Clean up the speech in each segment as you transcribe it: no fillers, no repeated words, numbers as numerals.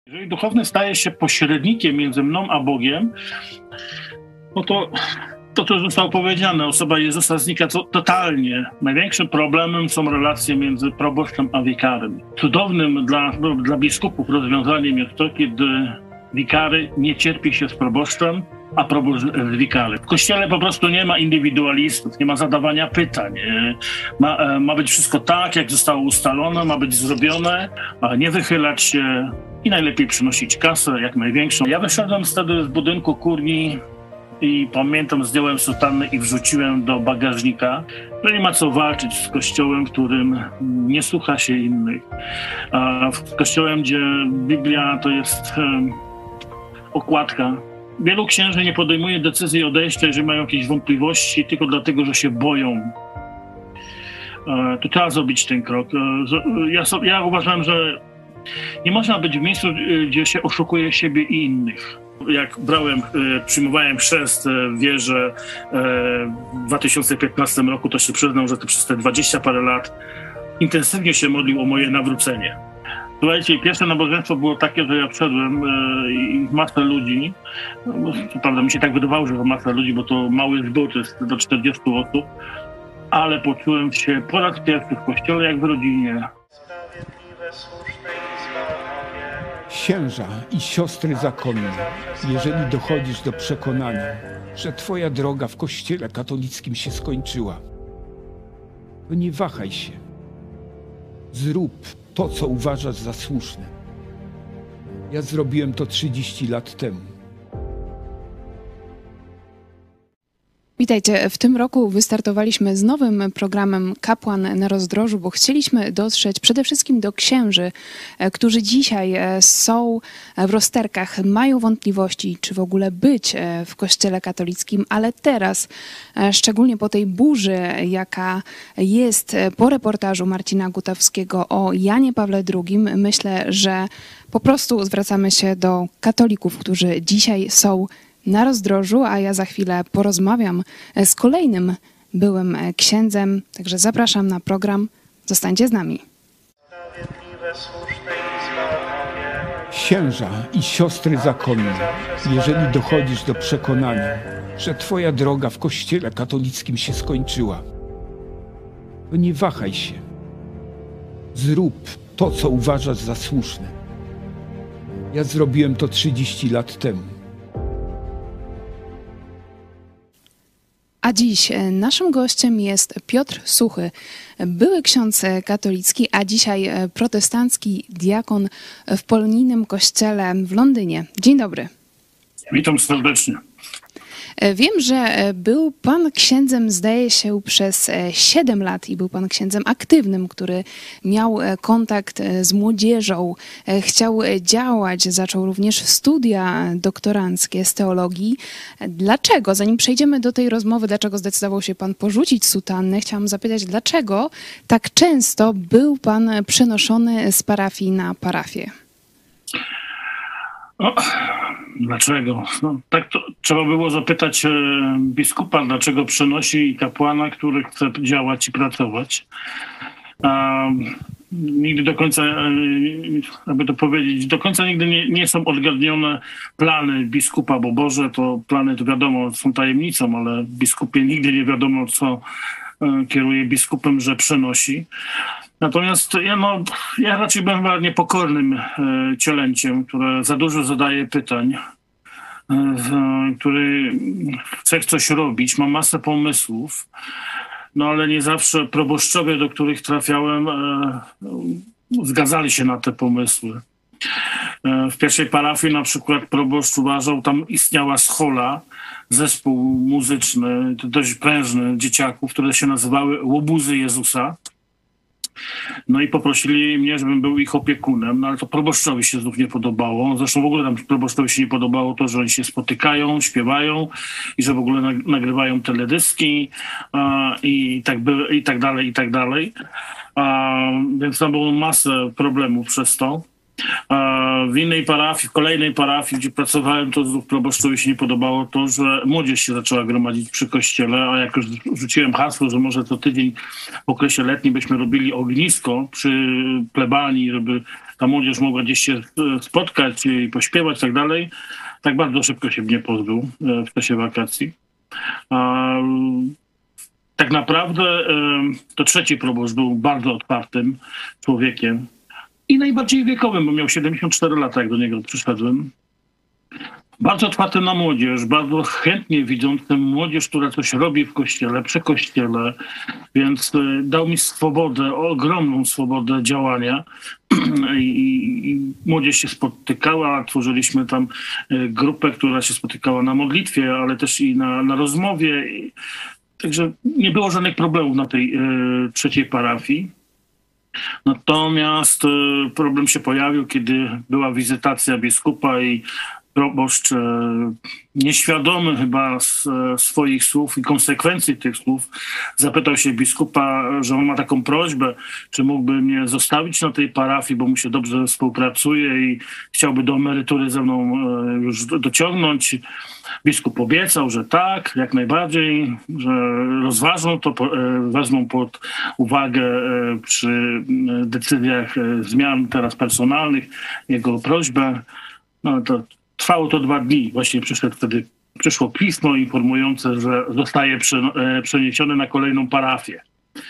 Jeżeli duchowny staje się pośrednikiem między mną a Bogiem, no to co zostało powiedziane, osoba Jezusa znika totalnie. Największym problemem są relacje między proboszczem a wikarym. Cudownym dla biskupów rozwiązaniem jest to, kiedy wikary nie cierpi się z proboszczem, a proboszcz z wikarym. W Kościele po prostu nie ma indywidualistów, nie ma zadawania pytań. Ma być wszystko tak, jak zostało ustalone, ma być zrobione, nie wychylać się i najlepiej przynosić kasę, jak największą. Ja wyszedłem wtedy z budynku kurni i pamiętam, zdjąłem sutannę i wrzuciłem do bagażnika, że nie ma co walczyć z kościołem, w którym nie słucha się innych. A w kościołem, gdzie Biblia to jest okładka. Wielu księży nie podejmuje decyzji odejścia, jeżeli mają jakieś wątpliwości, tylko dlatego, że się boją. To trzeba zrobić ten krok. Ja uważam, że nie można być w miejscu, gdzie się oszukuje siebie i innych. Jak przyjmowałem chrzest w wierze w 2015 roku, to się przyznam, że to przez te 20 parę lat intensywnie się modlił o moje nawrócenie. Słuchajcie, pierwsze nabożeństwo było takie, że ja wszedłem i masę ludzi, co prawda mi się tak wydawało, że to masa ludzi, bo to mały zbór, to jest do 40 osób, ale poczułem się po raz pierwszy w kościele jak w rodzinie. Księża i siostry zakonne, jeżeli dochodzisz do przekonania, że twoja droga w Kościele katolickim się skończyła, to nie wahaj się. Zrób to, co uważasz za słuszne. Ja zrobiłem to 30 lat temu. Witajcie. W tym roku wystartowaliśmy z nowym programem Kapłan na rozdrożu, bo chcieliśmy dotrzeć przede wszystkim do księży, którzy dzisiaj są w rozterkach, mają wątpliwości, czy w ogóle być w Kościele katolickim, ale teraz, szczególnie po tej burzy, jaka jest po reportażu Marcina Gutowskiego o Janie Pawle II, myślę, że po prostu zwracamy się do katolików, którzy dzisiaj są na rozdrożu, a ja za chwilę porozmawiam z kolejnym byłym księdzem. Także zapraszam na program. Zostańcie z nami. Księża i siostry zakonne, jeżeli dochodzisz do przekonania, że twoja droga w Kościele katolickim się skończyła, to nie wahaj się. Zrób to, co uważasz za słuszne. Ja zrobiłem to 30 lat temu. A dziś naszym gościem jest Piotr Suchy, były ksiądz katolicki, a dzisiaj protestancki diakon w polonijnym kościele w Londynie. Dzień dobry. Witam serdecznie. Wiem, że był pan księdzem, zdaje się, przez 7 lat i był pan księdzem aktywnym, który miał kontakt z młodzieżą, chciał działać, zaczął również studia doktoranckie z teologii. Dlaczego, zanim przejdziemy do tej rozmowy, dlaczego zdecydował się pan porzucić sutannę, chciałam zapytać, dlaczego tak często był pan przenoszony z parafii na parafię? Dlaczego? Tak to trzeba było zapytać biskupa, dlaczego przenosi kapłana, który chce działać i pracować. Nigdy do końca, aby to powiedzieć, do końca nigdy nie są odgadnione plany biskupa, bo Boże, to plany to wiadomo, są tajemnicą, ale w biskupie nigdy nie wiadomo, co kieruje biskupem, że przenosi. Natomiast ja raczej byłem niepokornym cielęciem, które za dużo zadaje pytań, który chce coś robić, ma masę pomysłów, ale nie zawsze proboszczowie, do których trafiałem, zgadzali się na te pomysły. W pierwszej parafii na przykład proboszcz uważał, tam istniała schola, zespół muzyczny, dość prężny dzieciaków, które się nazywały Łobuzy Jezusa. No i poprosili mnie, żebym był ich opiekunem, ale to proboszczowi się znów nie podobało. Zresztą w ogóle tam proboszczowi się nie podobało to, że oni się spotykają, śpiewają i że w ogóle nagrywają teledyski i tak dalej. Więc tam było masę problemów przez to. W innej parafii, w kolejnej parafii, gdzie pracowałem, to proboszczowi się nie podobało to, że młodzież się zaczęła gromadzić przy kościele, a jak już rzuciłem hasło, że może co tydzień w okresie letnim byśmy robili ognisko przy plebanii, żeby ta młodzież mogła gdzieś się spotkać i pośpiewać i tak dalej, tak bardzo szybko się mnie pozbył w czasie wakacji. Tak naprawdę to trzeci proboszcz był bardzo otwartym człowiekiem i najbardziej wiekowym, bo miał 74 lata, jak do niego przyszedłem. Bardzo otwarty na młodzież, bardzo chętnie widzący młodzież, która coś robi w kościele, przy kościele, więc dał mi swobodę, ogromną swobodę działania. I młodzież się spotykała, tworzyliśmy tam grupę, która się spotykała na modlitwie, ale też i na rozmowie. Także nie było żadnych problemów na tej trzeciej parafii. Natomiast problem się pojawił, kiedy była wizytacja biskupa i proboszcz nieświadomy chyba swoich słów i konsekwencji tych słów zapytał się biskupa, że on ma taką prośbę, czy mógłby mnie zostawić na tej parafii, bo mu się dobrze współpracuje i chciałby do emerytury ze mną już dociągnąć. Biskup obiecał, że tak, jak najbardziej, że rozważą to, wezmą pod uwagę przy decyzjach zmian teraz personalnych jego prośbę. No to trwało to 2 dni. Właśnie przyszło pismo informujące, że zostaje przeniesiony na kolejną parafię.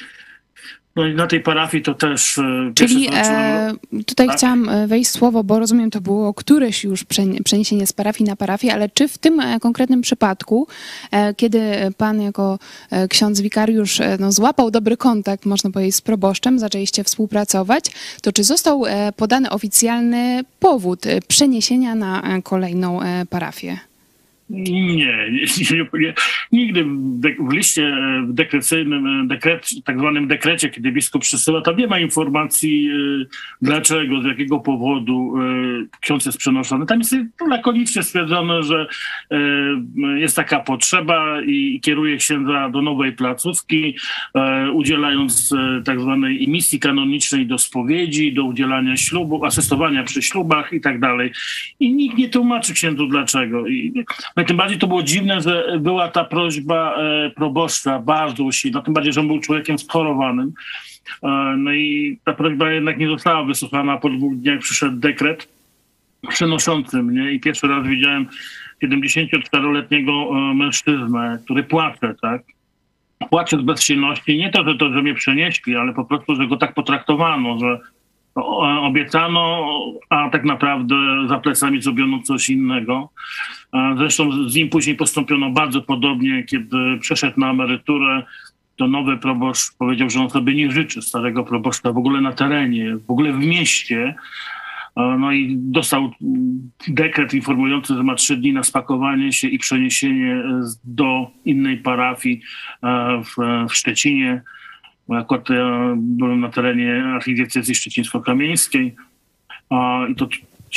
No i na tej parafii to też... Czyli tutaj tak? chciałam wejść w słowo, bo rozumiem, to było któreś już przeniesienie z parafii na parafię, ale czy w tym konkretnym przypadku, kiedy pan jako ksiądz wikariusz złapał dobry kontakt, można powiedzieć, z proboszczem, zaczęliście współpracować, to czy został podany oficjalny powód przeniesienia na kolejną parafię? Nie. Nigdy w liście dekrecyjnym, tak zwanym dekrecie, kiedy biskup przesyła, tam nie ma informacji dlaczego, z jakiego powodu ksiądz jest przenoszony. Tam jest lakonicznie stwierdzone, że jest taka potrzeba i kieruje księdza do nowej placówki, udzielając tak zwanej misji kanonicznej do spowiedzi, do udzielania ślubu, asystowania przy ślubach i tak dalej. I nikt nie tłumaczy księdzu dlaczego. No i tym bardziej to było dziwne, że była ta prośba proboszcza bardzo usilna, tym bardziej, że on był człowiekiem schorowanym. No i ta prośba jednak nie została wysłuchana. Po 2 dniach przyszedł dekret przenoszący mnie i pierwszy raz widziałem 74-letniego mężczyznę, który płacze, tak? Płacze z bezsilności. Nie to, że mnie przenieśli, ale po prostu, że go tak potraktowano, że obiecano, a tak naprawdę za plecami zrobiono coś innego. Zresztą z nim później postąpiono bardzo podobnie, kiedy przeszedł na emeryturę, to nowy proboszcz powiedział, że on sobie nie życzy starego proboszcza w ogóle na terenie, w ogóle w mieście. No i dostał dekret informujący, że ma 3 dni na spakowanie się i przeniesienie do innej parafii w Szczecinie. Akurat ja byłem na terenie archidiecezji szczecińsko-kamieńskiej i to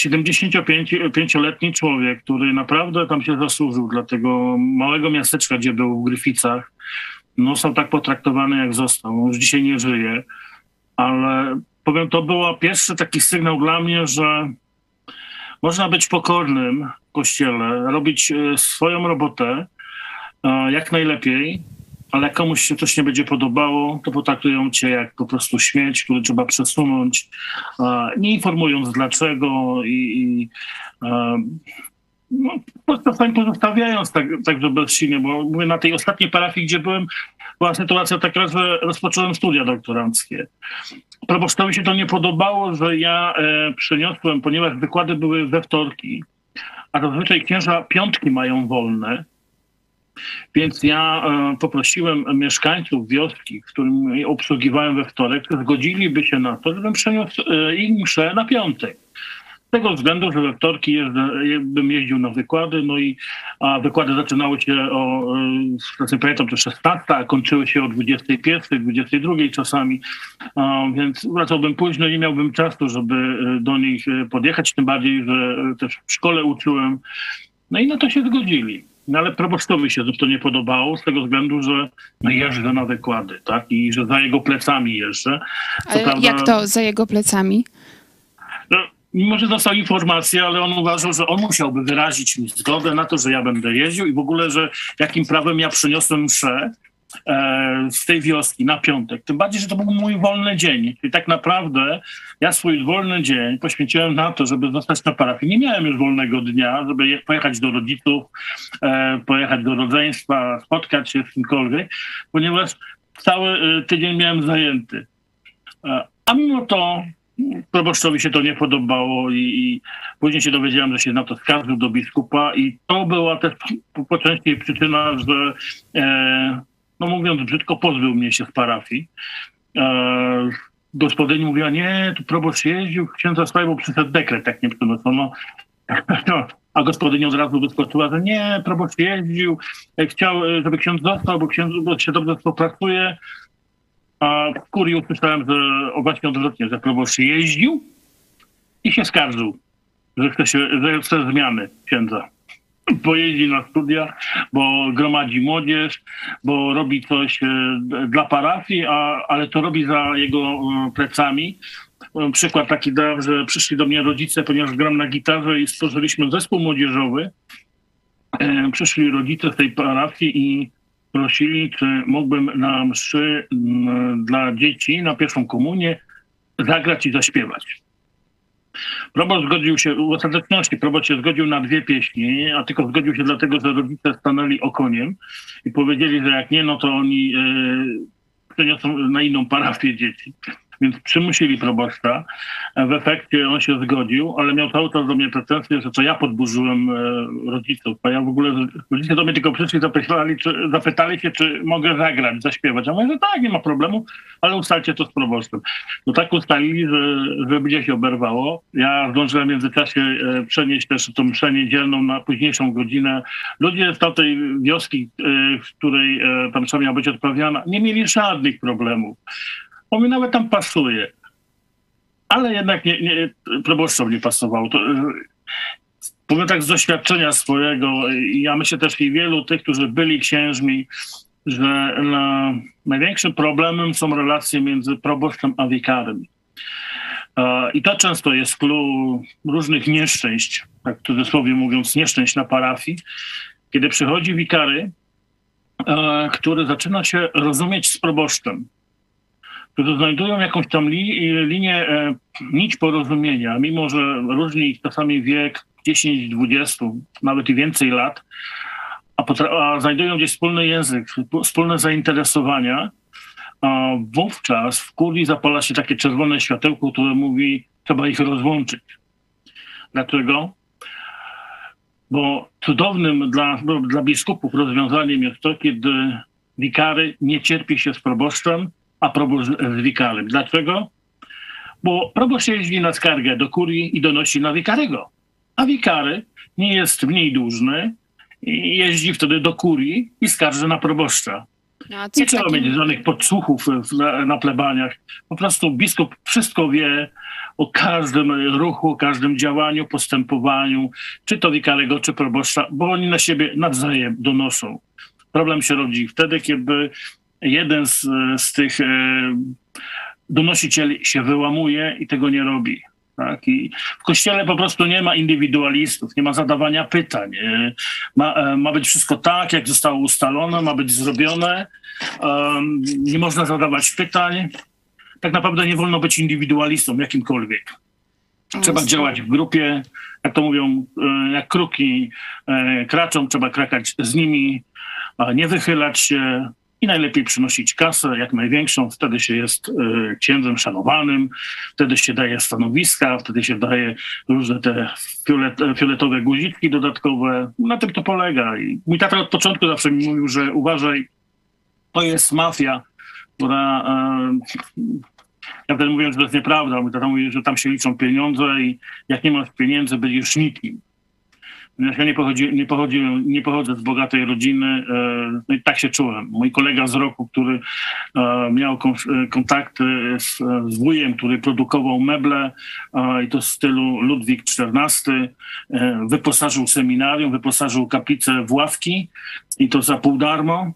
75-letni człowiek, który naprawdę tam się zasłużył dla tego małego miasteczka, gdzie był w Gryficach. No, został tak potraktowany, jak został. On już dzisiaj nie żyje, ale powiem, to był pierwszy taki sygnał dla mnie, że można być pokornym w kościele, robić swoją robotę jak najlepiej, ale jak komuś się coś nie będzie podobało, to potraktują cię jak po prostu śmieć, który trzeba przesunąć, nie informując dlaczego i czasami pozostawiając także bezsilnie, bo mówię, na tej ostatniej parafii, gdzie byłem, była sytuacja taka, że rozpocząłem studia doktoranckie. Proboszczowi się to nie podobało, że ja przeniosłem, ponieważ wykłady były we wtorki, a zazwyczaj księża piątki mają wolne. Więc ja poprosiłem mieszkańców wioski, w którym obsługiwałem we wtorek, że zgodziliby się na to, żebym przeniósł im mszę na piątek. Z tego względu, że we wtorki bym jeździł na wykłady, no i wykłady zaczynały się nie pamiętam, to 16, a kończyły się o 21, 22 czasami, więc wracałbym późno i nie miałbym czasu, żeby do nich podjechać, tym bardziej, że też w szkole uczyłem. No i na to się zgodzili. No ale proboszczowi się to nie podobało z tego względu, że jeżdżę na wykłady, tak? I że za jego plecami jeżdżę. Ale jak to za jego plecami? No, mimo że dostał informację, ale on uważał, że on musiałby wyrazić mi zgodę na to, że ja będę jeździł i w ogóle, że jakim prawem ja przyniosłem mszę z tej wioski na piątek. Tym bardziej, że to był mój wolny dzień. I tak naprawdę ja swój wolny dzień poświęciłem na to, żeby zostać na parafii. Nie miałem już wolnego dnia, żeby pojechać do rodziców, pojechać do rodzeństwa, spotkać się z kimkolwiek, ponieważ cały tydzień miałem zajęty. A mimo to proboszczowi się to nie podobało i później się dowiedziałem, że się na to skarżył do biskupa i to była też po części przyczyna, że no mówiąc brzydko, pozbył mnie się z parafii. Gospodyni mówiła, nie, tu proboszcz jeździł, księdza Swajbo przyszedł dekret, jak nie przynoszono. A gospodyni od razu wyskoczyła, że nie, proboszcz jeździł, chciał, żeby ksiądz został, bo się dobrze współpracuje. A w kurii usłyszałem, że właśnie odwrotnie, że proboszcz jeździł i się skarżył, że chce zmiany księdza. Bo jeździ na studia, bo gromadzi młodzież, bo robi coś dla parafii, ale to robi za jego plecami. Przykład taki dał, że przyszli do mnie rodzice, ponieważ gram na gitarze i stworzyliśmy zespół młodzieżowy. Przyszli rodzice z tej parafii i prosili, czy mógłbym na mszy dla dzieci, na pierwszą komunię zagrać i zaśpiewać. Proboszcz zgodził się, w ostateczności proboszcz się zgodził na 2 pieśni, a tylko zgodził się dlatego, że rodzice stanęli okoniem i powiedzieli, że jak nie, no to oni przeniosą na inną parafię dzieci. Więc przymusili proboszcza. W efekcie on się zgodził, ale miał cały czas do mnie pretensje, że to ja podburzyłem rodziców. A ja w ogóle, rodzice do mnie tylko przyszli, zapytali się, czy mogę zagrać, zaśpiewać. A mówię, że tak, nie ma problemu, ale ustalcie to z proboszczem. No tak ustalili, że będzie się oberwało. Ja zdążyłem w międzyczasie przenieść też tą mszę niedzielną na późniejszą godzinę. Ludzie z tamtej wioski, w której ta msza miała być odprawiana, nie mieli żadnych problemów. On mi nawet tam pasuje. Ale jednak proboszczom nie pasowało. To, powiem tak z doświadczenia swojego, ja myślę też i wielu tych, którzy byli księżmi, że największym problemem są relacje między proboszczem a wikarym. I to często jest clue różnych nieszczęść, tak w cudzysłowie mówiąc, nieszczęść na parafii, kiedy przychodzi wikary, który zaczyna się rozumieć z proboszczem, którzy znajdują jakąś tam nić porozumienia, mimo że różni ich czasami wiek 10, 20, nawet i więcej lat, a znajdują gdzieś wspólny język, wspólne zainteresowania, a wówczas w kurii zapala się takie czerwone światełko, które mówi, trzeba ich rozłączyć. Dlaczego? Bo cudownym dla biskupów rozwiązaniem jest to, kiedy wikary nie cierpi się z proboszczem, a proboszcz z wikarym. Dlaczego? Bo proboszcz jeździ na skargę do kurii i donosi na wikarego. A wikary nie jest mniej dłużny i jeździ wtedy do kurii i skarży na proboszcza. Nie trzeba mieć żadnych podsłuchów na plebaniach. Po prostu biskup wszystko wie o każdym ruchu, o każdym działaniu, postępowaniu, czy to wikarego, czy proboszcza, bo oni na siebie nawzajem donoszą. Problem się rodzi wtedy, kiedy jeden z tych donosicieli się wyłamuje i tego nie robi. Tak? I w Kościele po prostu nie ma indywidualistów, nie ma zadawania pytań. Ma być wszystko tak, jak zostało ustalone, ma być zrobione. Nie można zadawać pytań. Tak naprawdę nie wolno być indywidualistą jakimkolwiek. Trzeba działać w grupie, jak to mówią, jak kruki kraczą, trzeba krakać z nimi, nie wychylać się i najlepiej przynosić kasę, jak największą. Wtedy się jest księdzem szanowanym, wtedy się daje stanowiska, wtedy się daje różne te fioletowe guziki dodatkowe. Na tym to polega. I mój tata od początku zawsze mi mówił, że uważaj, to jest mafia, która... Ja wtedy mówiłem, że to jest nieprawda. Mój tata mówi, że tam się liczą pieniądze i jak nie masz pieniędzy, będziesz nikim. Ja nie pochodzę z bogatej rodziny, no i tak się czułem. Mój kolega z roku, który miał kontakty z wujem, który produkował meble i to w stylu Ludwik XIV, wyposażył seminarium, wyposażył kaplicę w ławki i to za pół darmo.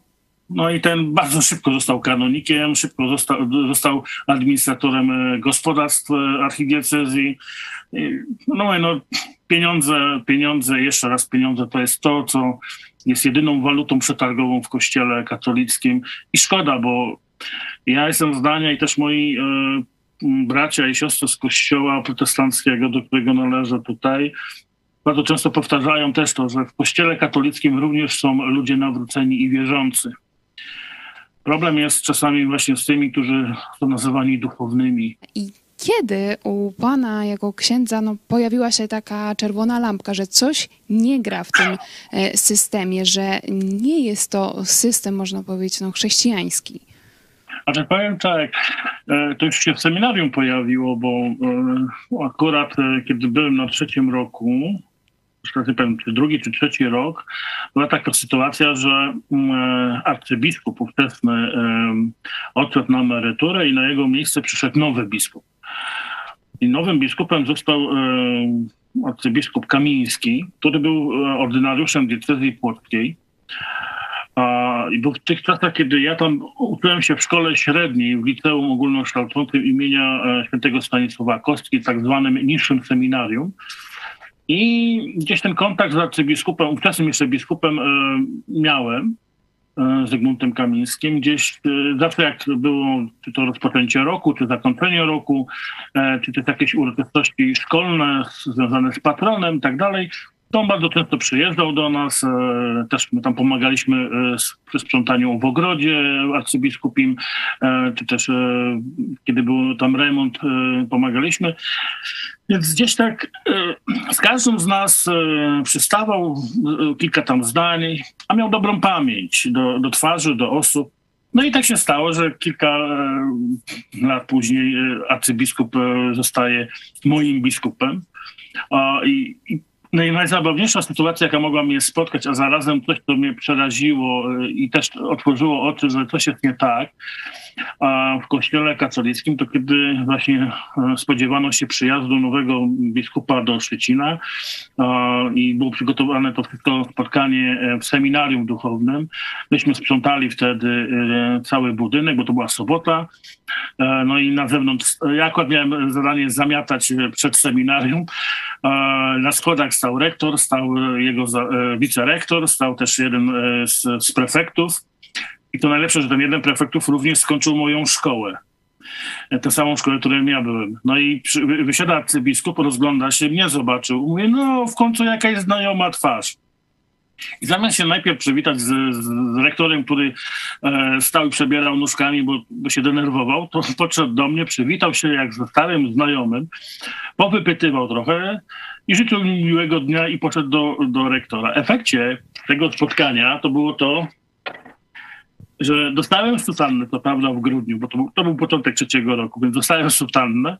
No i ten bardzo szybko został kanonikiem, szybko został administratorem gospodarstw archidiecezji. No, pieniądze, jeszcze raz pieniądze to jest to, co jest jedyną walutą przetargową w Kościele katolickim. I szkoda, bo ja jestem zdania i też moi bracia i siostry z Kościoła protestanckiego, do którego należę tutaj, bardzo często powtarzają też to, że w Kościele katolickim również są ludzie nawróceni i wierzący. Problem jest czasami właśnie z tymi, którzy są nazywani duchownymi. I kiedy u pana jako księdza pojawiła się taka czerwona lampka, że coś nie gra w tym systemie, że nie jest to system, można powiedzieć, chrześcijański? Znaczy powiem tak, to już się w seminarium pojawiło, bo akurat kiedy byłem na 3. roku, nie pamiętam, czy 2. czy 3. rok, była taka sytuacja, że arcybiskup ówczesny odszedł na emeryturę i na jego miejsce przyszedł nowy biskup. I nowym biskupem został arcybiskup Kamiński, który był ordynariuszem diecezji płockiej. I był w tych czasach, kiedy ja tam uczyłem się w szkole średniej, w liceum ogólnokształcącym imienia świętego Stanisława Kostki, tak zwanym niższym seminarium. I gdzieś ten kontakt z arcybiskupem, ówczesnym jeszcze biskupem miałem, Zygmuntem Kamińskim. Gdzieś zawsze jak było czy to rozpoczęcie roku, czy zakończenie roku, czy też jakieś uroczystości szkolne związane z patronem i tak dalej, to on bardzo często przyjeżdżał do nas, też my tam pomagaliśmy przy sprzątaniu w ogrodzie arcybiskupim, czy też kiedy był tam remont, pomagaliśmy. Więc gdzieś tak z każdym z nas przystawał kilka tam zdań, a miał dobrą pamięć do twarzy, do osób. No i tak się stało, że kilka lat później arcybiskup zostaje moim biskupem. No i najzabawniejsza sytuacja, jaka mogła mnie spotkać, a zarazem coś, co mnie przeraziło i też otworzyło oczy, że coś jest nie tak w Kościele katolickim, to kiedy właśnie spodziewano się przyjazdu nowego biskupa do Szczecina i było przygotowane to wszystko spotkanie w seminarium duchownym. Myśmy sprzątali wtedy cały budynek, bo to była sobota. No i na zewnątrz, ja akurat miałem zadanie zamiatać przed seminarium. Na schodach stał rektor, stał jego wicerektor, stał też jeden z prefektów. I to najlepsze, że ten jeden prefektów również skończył moją szkołę. Tę samą szkołę, w której ja byłem. No i wysiada arcybiskup, rozgląda się, mnie zobaczył. Mówię, no w końcu jakaś znajoma twarz. I zamiast się najpierw przywitać z rektorem, który stał i przebierał nóżkami, bo się denerwował, to podszedł do mnie, przywitał się jak ze starym znajomym, powypytywał trochę i życzył mi miłego dnia i poszedł do rektora. W efekcie tego spotkania to było to, że dostałem sutannę, to prawda, w grudniu, bo to był początek 3. roku, więc dostałem sutannę.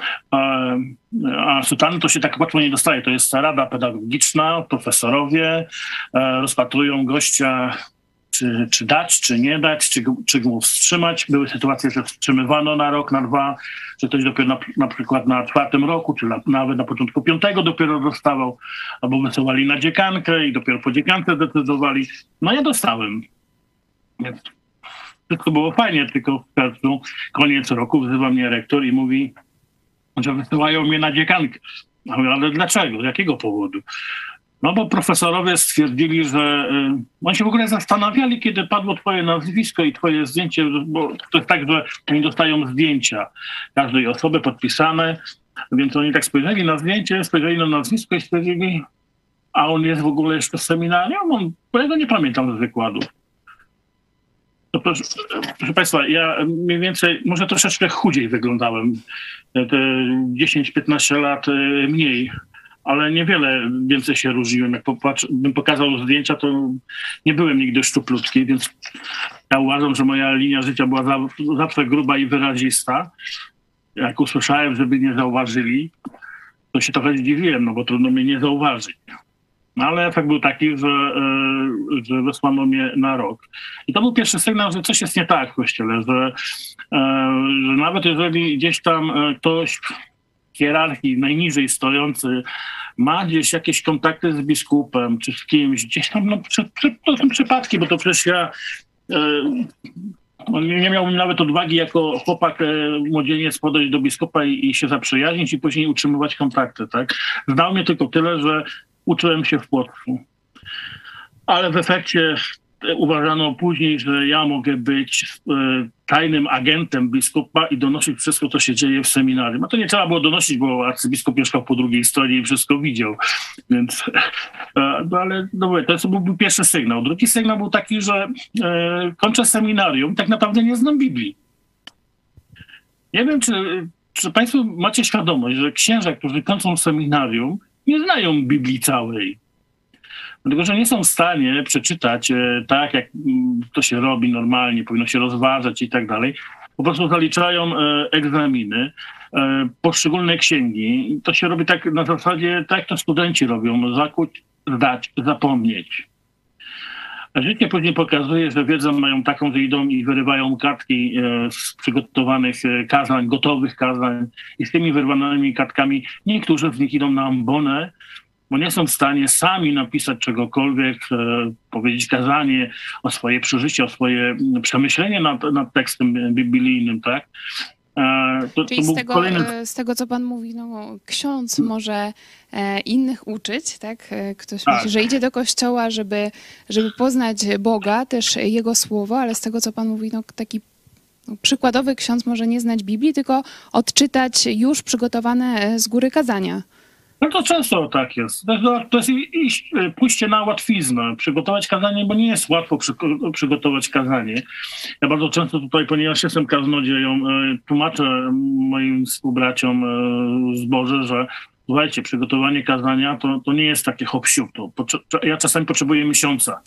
A sutanny to się tak łatwo nie dostaje. To jest rada pedagogiczna, profesorowie rozpatrują gościa, czy dać, czy nie dać, czy go wstrzymać. Były sytuacje, że wstrzymywano na rok, na 2, że ktoś dopiero na przykład na 4. roku, czy nawet na początku 5. dopiero dostawał, albo wysyłali na dziekankę i dopiero po dziekance decydowali. No ja dostałem. Więc wszystko było fajnie, tylko w czerwcu, koniec roku, wzywa mnie rektor i mówi, że wysyłają mnie na dziekankę. Ja mówię, ale dlaczego? Z jakiego powodu? No bo profesorowie stwierdzili, że oni się w ogóle zastanawiali, kiedy padło twoje nazwisko i twoje zdjęcie, bo to jest tak, że oni dostają zdjęcia każdej osoby podpisane, więc oni tak spojrzeli na zdjęcie, spojrzeli na nazwisko i stwierdzili, a on jest w ogóle jeszcze w seminarium? Bo ja go nie pamiętam z wykładów. No proszę Państwa, ja mniej więcej, może troszeczkę chudziej wyglądałem, te 10-15 lat mniej, ale niewiele więcej się różniłem. Jak bym pokazał zdjęcia, to nie byłem nigdy szczuplutki, więc ja uważam, że moja linia życia była zawsze gruba i wyrazista. Jak usłyszałem, żeby nie zauważyli, to się trochę zdziwiłem, no bo trudno mnie nie zauważyć. No ale efekt był taki, że wysłano mnie na rok. I to był pierwszy sygnał, że coś jest nie tak w Kościele, że nawet jeżeli gdzieś tam ktoś w hierarchii najniżej stojący ma gdzieś jakieś kontakty z biskupem czy z kimś, gdzieś tam, to są przypadki, bo to przecież ja nie miałbym nawet odwagi jako chłopak, młodzieniec podejść do biskupa i się zaprzyjaźnić i później utrzymywać kontakty, tak? Znał mnie tylko tyle, że uczyłem się w Płocku. Ale w efekcie uważano później, że ja mogę być tajnym agentem biskupa i donosić wszystko, co się dzieje w seminarium. A to nie trzeba było donosić, bo arcybiskup mieszkał po drugiej stronie i wszystko widział. Więc, ale to był pierwszy sygnał. Drugi sygnał był taki, że kończę seminarium, tak naprawdę nie znam Biblii. Nie wiem, czy państwo macie świadomość, że księża, którzy kończą seminarium, nie znają Biblii całej. Dlatego, że nie są w stanie przeczytać tak, jak to się robi normalnie, powinno się rozważać i tak dalej. Po prostu zaliczają egzaminy, poszczególne księgi. I to się robi tak na zasadzie, tak jak to studenci robią, zakuć, zdać, zapomnieć. A życie później pokazuje, że wiedzę mają taką, że idą i wyrywają kartki z przygotowanych kazań, gotowych kazań i z tymi wyrwanymi kartkami niektórzy z nich idą na ambonę, bo nie są w stanie sami napisać czegokolwiek, powiedzieć kazanie o swoje przeżycie, o swoje przemyślenie nad tekstem biblijnym, tak? Czyli z tego, co pan mówi, no, ksiądz może innych uczyć, tak? Ktoś myśli, że idzie do kościoła, żeby poznać Boga, też Jego słowo, ale z tego, co pan mówi, no, taki przykładowy ksiądz może nie znać Biblii, tylko odczytać już przygotowane z góry kazania. No to często tak jest. To jest pójście na łatwiznę, przygotować kazanie, bo nie jest łatwo przygotować kazanie. Ja bardzo często tutaj, ponieważ jestem kaznodzieją, tłumaczę moim współbraciom w zborze, że słuchajcie, przygotowanie kazania to nie jest takie hop-siup. Ja czasami potrzebuję miesiąca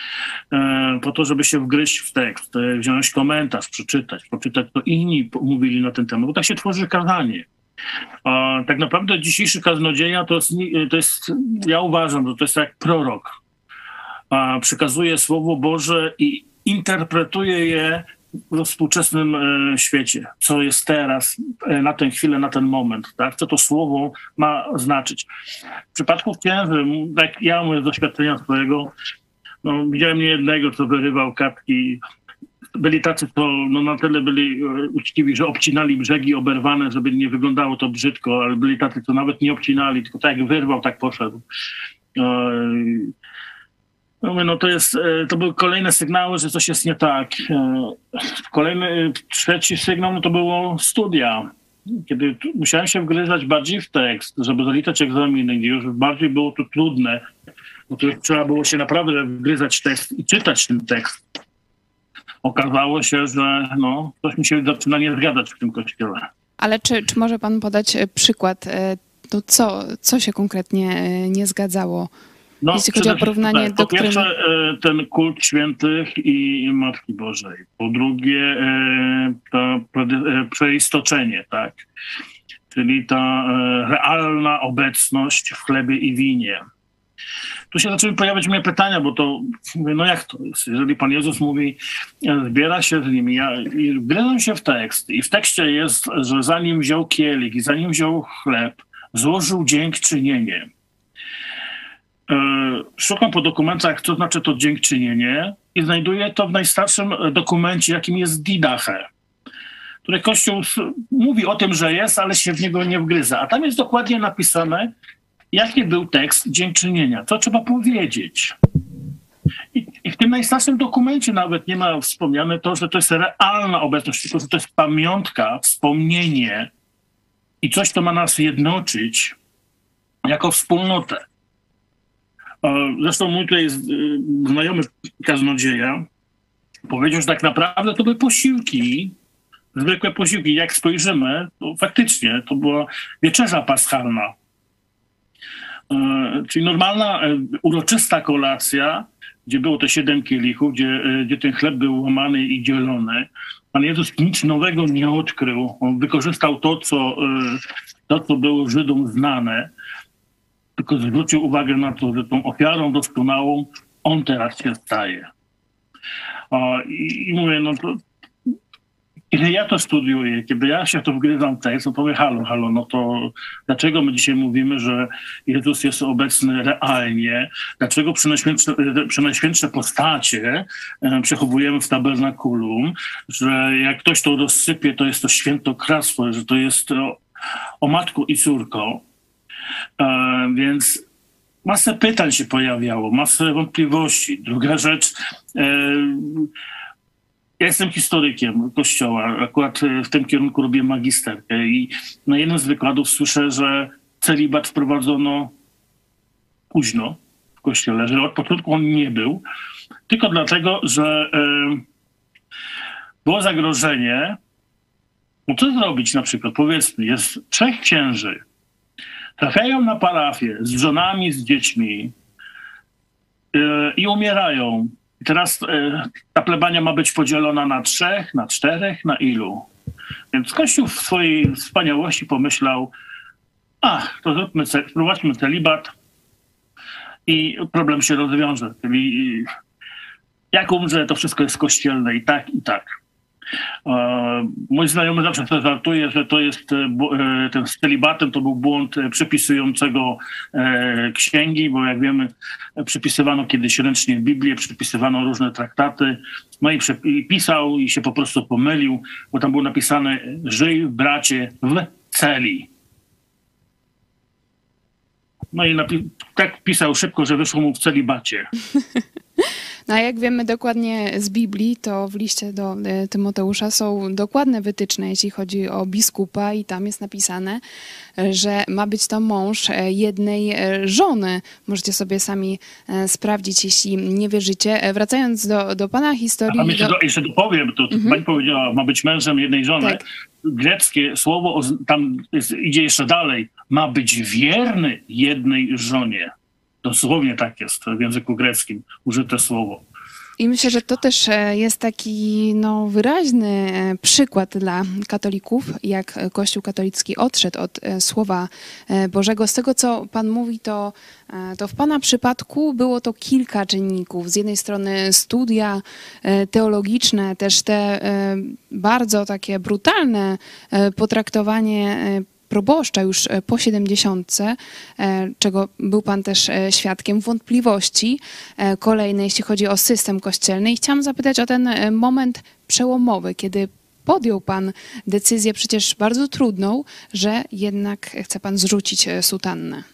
po to, żeby się wgryźć w tekst, wziąć komentarz, poczytać, co inni mówili na ten temat, bo tak się tworzy kazanie. Tak naprawdę dzisiejszy kaznodzieja to jest, ja uważam, że to jest jak prorok. Przekazuje Słowo Boże i interpretuje je w współczesnym świecie, co jest teraz, na tę chwilę, na ten moment, tak? Co to Słowo ma znaczyć. W przypadku księży, tak ja mówię z doświadczenia swojego, no, widziałem niejednego, co wyrywał kartki. Byli tacy, co na tyle byli uczciwi, że obcinali brzegi oberwane, żeby nie wyglądało to brzydko, ale byli tacy, co nawet nie obcinali, tylko tak jak wyrwał, tak poszedł. To były kolejne sygnały, że coś jest nie tak. Trzeci sygnał to było studia. Kiedy musiałem się wgryzać bardziej w tekst, żeby zaliczać egzaminy, gdzie już bardziej było to trudne, bo to już trzeba było się naprawdę wgryzać w tekst i czytać ten tekst. Okazało się, że coś mi się zaczyna nie zgadzać w tym kościele. Ale czy może pan podać przykład, to co się konkretnie nie zgadzało? Jeśli chodzi o porównanie tak, po pierwsze ten kult świętych i Matki Bożej. Po drugie to przeistoczenie, tak? Czyli ta realna obecność w chlebie i winie. Tu się zaczęły pojawiać mnie pytania, bo to mówię, jak to jest? Jeżeli Pan Jezus mówi, zbiera się z nimi, i wgryzam się w tekst i w tekście jest, że zanim wziął kielich i zanim wziął chleb, złożył dziękczynienie. Szukam po dokumentach, co znaczy to dziękczynienie i znajduję to w najstarszym dokumencie, jakim jest Didache, który Kościół mówi o tym, że jest, ale się w niego nie wgryza. A tam jest dokładnie napisane, jaki był tekst dziękczynienia, co trzeba powiedzieć. I w tym najstarszym dokumencie nawet nie ma wspomniane to, że to jest realna obecność, tylko że to jest pamiątka, wspomnienie i coś, co ma nas jednoczyć jako wspólnotę. Zresztą mój tutaj znajomy kaznodzieja powiedział, że tak naprawdę to były posiłki, zwykłe posiłki. Jak spojrzymy, to faktycznie to była wieczerza paschalna. Czyli normalna, uroczysta kolacja, gdzie było te 7 kielichów, gdzie ten chleb był łamany i dzielony. Pan Jezus nic nowego nie odkrył. On wykorzystał to, co było Żydom znane, tylko zwrócił uwagę na to, że tą ofiarą doskonałą on teraz się staje. I mówię, kiedy ja to studiuję, kiedy ja się to wgryzam w tekst, no to mówię, halo, no to dlaczego my dzisiaj mówimy, że Jezus jest obecny realnie? Dlaczego przenajświętsze postacie przechowujemy w tabernakulum? Że jak ktoś to rozsypie, to jest to świętokradztwo, że to jest o matko i córko. Więc masę pytań się pojawiało, masę wątpliwości. Druga rzecz, ja jestem historykiem Kościoła, akurat w tym kierunku robię magisterkę i na jednym z wykładów słyszę, że celibat wprowadzono późno w Kościele, że od początku on nie był, tylko dlatego, że było zagrożenie. No co zrobić na przykład? Powiedzmy, jest 3 księży, trafiają na parafię z żonami, z dziećmi i umierają. I teraz ta plebania ma być podzielona na 3, na 4, na ilu? Więc Kościół w swojej wspaniałości pomyślał, to wprowadźmy celibat i problem się rozwiąże. Czyli jak umrze, to wszystko jest kościelne i tak, i tak. Mój znajomy zawsze to żartuje, że to jest ten z celibatem to był błąd przypisującego księgi, bo jak wiemy przypisywano kiedyś ręcznie Biblię, przypisywano różne traktaty, no i pisał i się po prostu pomylił, bo tam było napisane żyj bracie w celi. No i tak pisał szybko, że wyszło mu w celibacie. No a jak wiemy dokładnie z Biblii, to w liście do Tymoteusza są dokładne wytyczne, jeśli chodzi o biskupa i tam jest napisane, że ma być to mąż jednej żony. Możecie sobie sami sprawdzić, jeśli nie wierzycie. Wracając do pana historii... A jeszcze dopowiem, to pani powiedziała, ma być mężem jednej żony. Tak. Greckie słowo tam idzie jeszcze dalej. Ma być wierny jednej żonie. Dosłownie tak jest w języku greckim użyte słowo. I myślę, że to też jest taki wyraźny przykład dla katolików, jak Kościół katolicki odszedł od Słowa Bożego. Z tego, co pan mówi, to w pana przypadku było to kilka czynników. Z jednej strony studia teologiczne, też te bardzo takie brutalne potraktowanie proboszcza już po 70, czego był pan też świadkiem, wątpliwości kolejne, jeśli chodzi o system kościelny. I chciałam zapytać o ten moment przełomowy, kiedy podjął pan decyzję przecież bardzo trudną, że jednak chce pan zrzucić sutannę.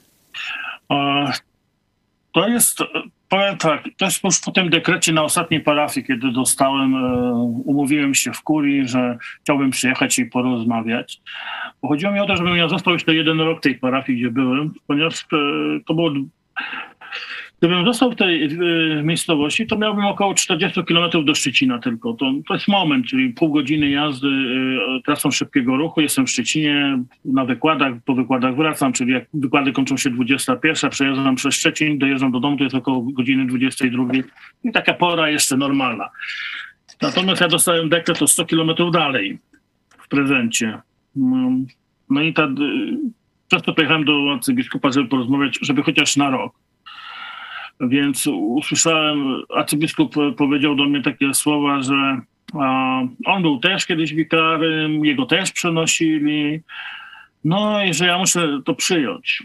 To jest, powiem tak, to jest już po tym dekrecie na ostatniej parafii, kiedy dostałem, umówiłem się w kurii, że chciałbym przyjechać i porozmawiać. Bo chodziło mi o to, żebym ja został jeszcze 1 rok w tej parafii, gdzie byłem, ponieważ to było... Gdybym został w tej miejscowości, to miałbym około 40 km do Szczecina tylko. To jest moment, czyli pół godziny jazdy trasą szybkiego ruchu. Jestem w Szczecinie na wykładach, po wykładach wracam, czyli jak wykłady kończą się 21, przejeżdżam przez Szczecin, dojeżdżam do domu, to jest około godziny 22 i taka pora jeszcze normalna. Natomiast ja dostałem dekret o 100 km dalej w prezencie. No i przez to pojechałem do arcybiskupa, żeby porozmawiać, żeby chociaż na rok. Więc usłyszałem, arcybiskup powiedział do mnie takie słowa, że on był też kiedyś wikarym, jego też przenosili, no i że ja muszę to przyjąć.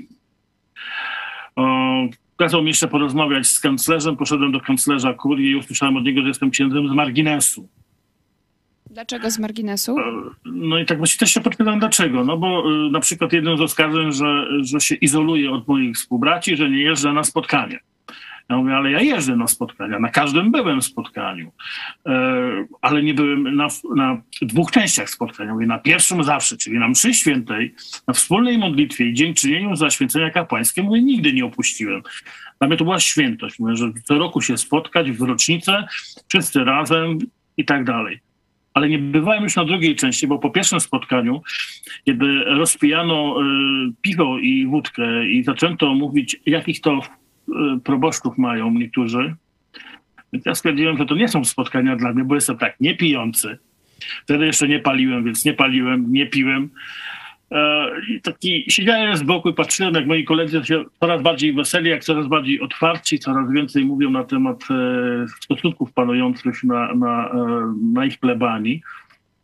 Kazał mi jeszcze porozmawiać z kanclerzem, poszedłem do kanclerza kurii i usłyszałem od niego, że jestem księdzem z marginesu. Dlaczego z marginesu? No i tak właśnie też się podpytam dlaczego. No bo na przykład jednym z oskarżeń, że się izoluję od moich współbraci, że nie jeżdżę na spotkania. Ja mówię, ale ja jeżdżę na spotkania, na każdym byłem spotkaniu, ale nie byłem na 2 częściach spotkania. Mówię, na pierwszym zawsze, czyli na mszy świętej, na wspólnej modlitwie i dziękczynieniu za święcenia kapłańskie, mówię, nigdy nie opuściłem. Dla mnie to była świętość, mówię, że co roku się spotkać w rocznicę, wszyscy razem i tak dalej. Ale nie bywałem już na drugiej części, bo po pierwszym spotkaniu, kiedy rozpijano piwo i wódkę i zaczęto mówić, jakich to proboszczów mają niektórzy, więc ja stwierdziłem, że to nie są spotkania dla mnie, bo jestem tak niepijący. Wtedy jeszcze nie paliłem, więc nie paliłem, nie piłem. I taki siedziałem z boku i patrzyłem, jak moi koledzy się coraz bardziej weseli, jak coraz bardziej otwarci, coraz więcej mówią na temat stosunków panujących na ich plebanii.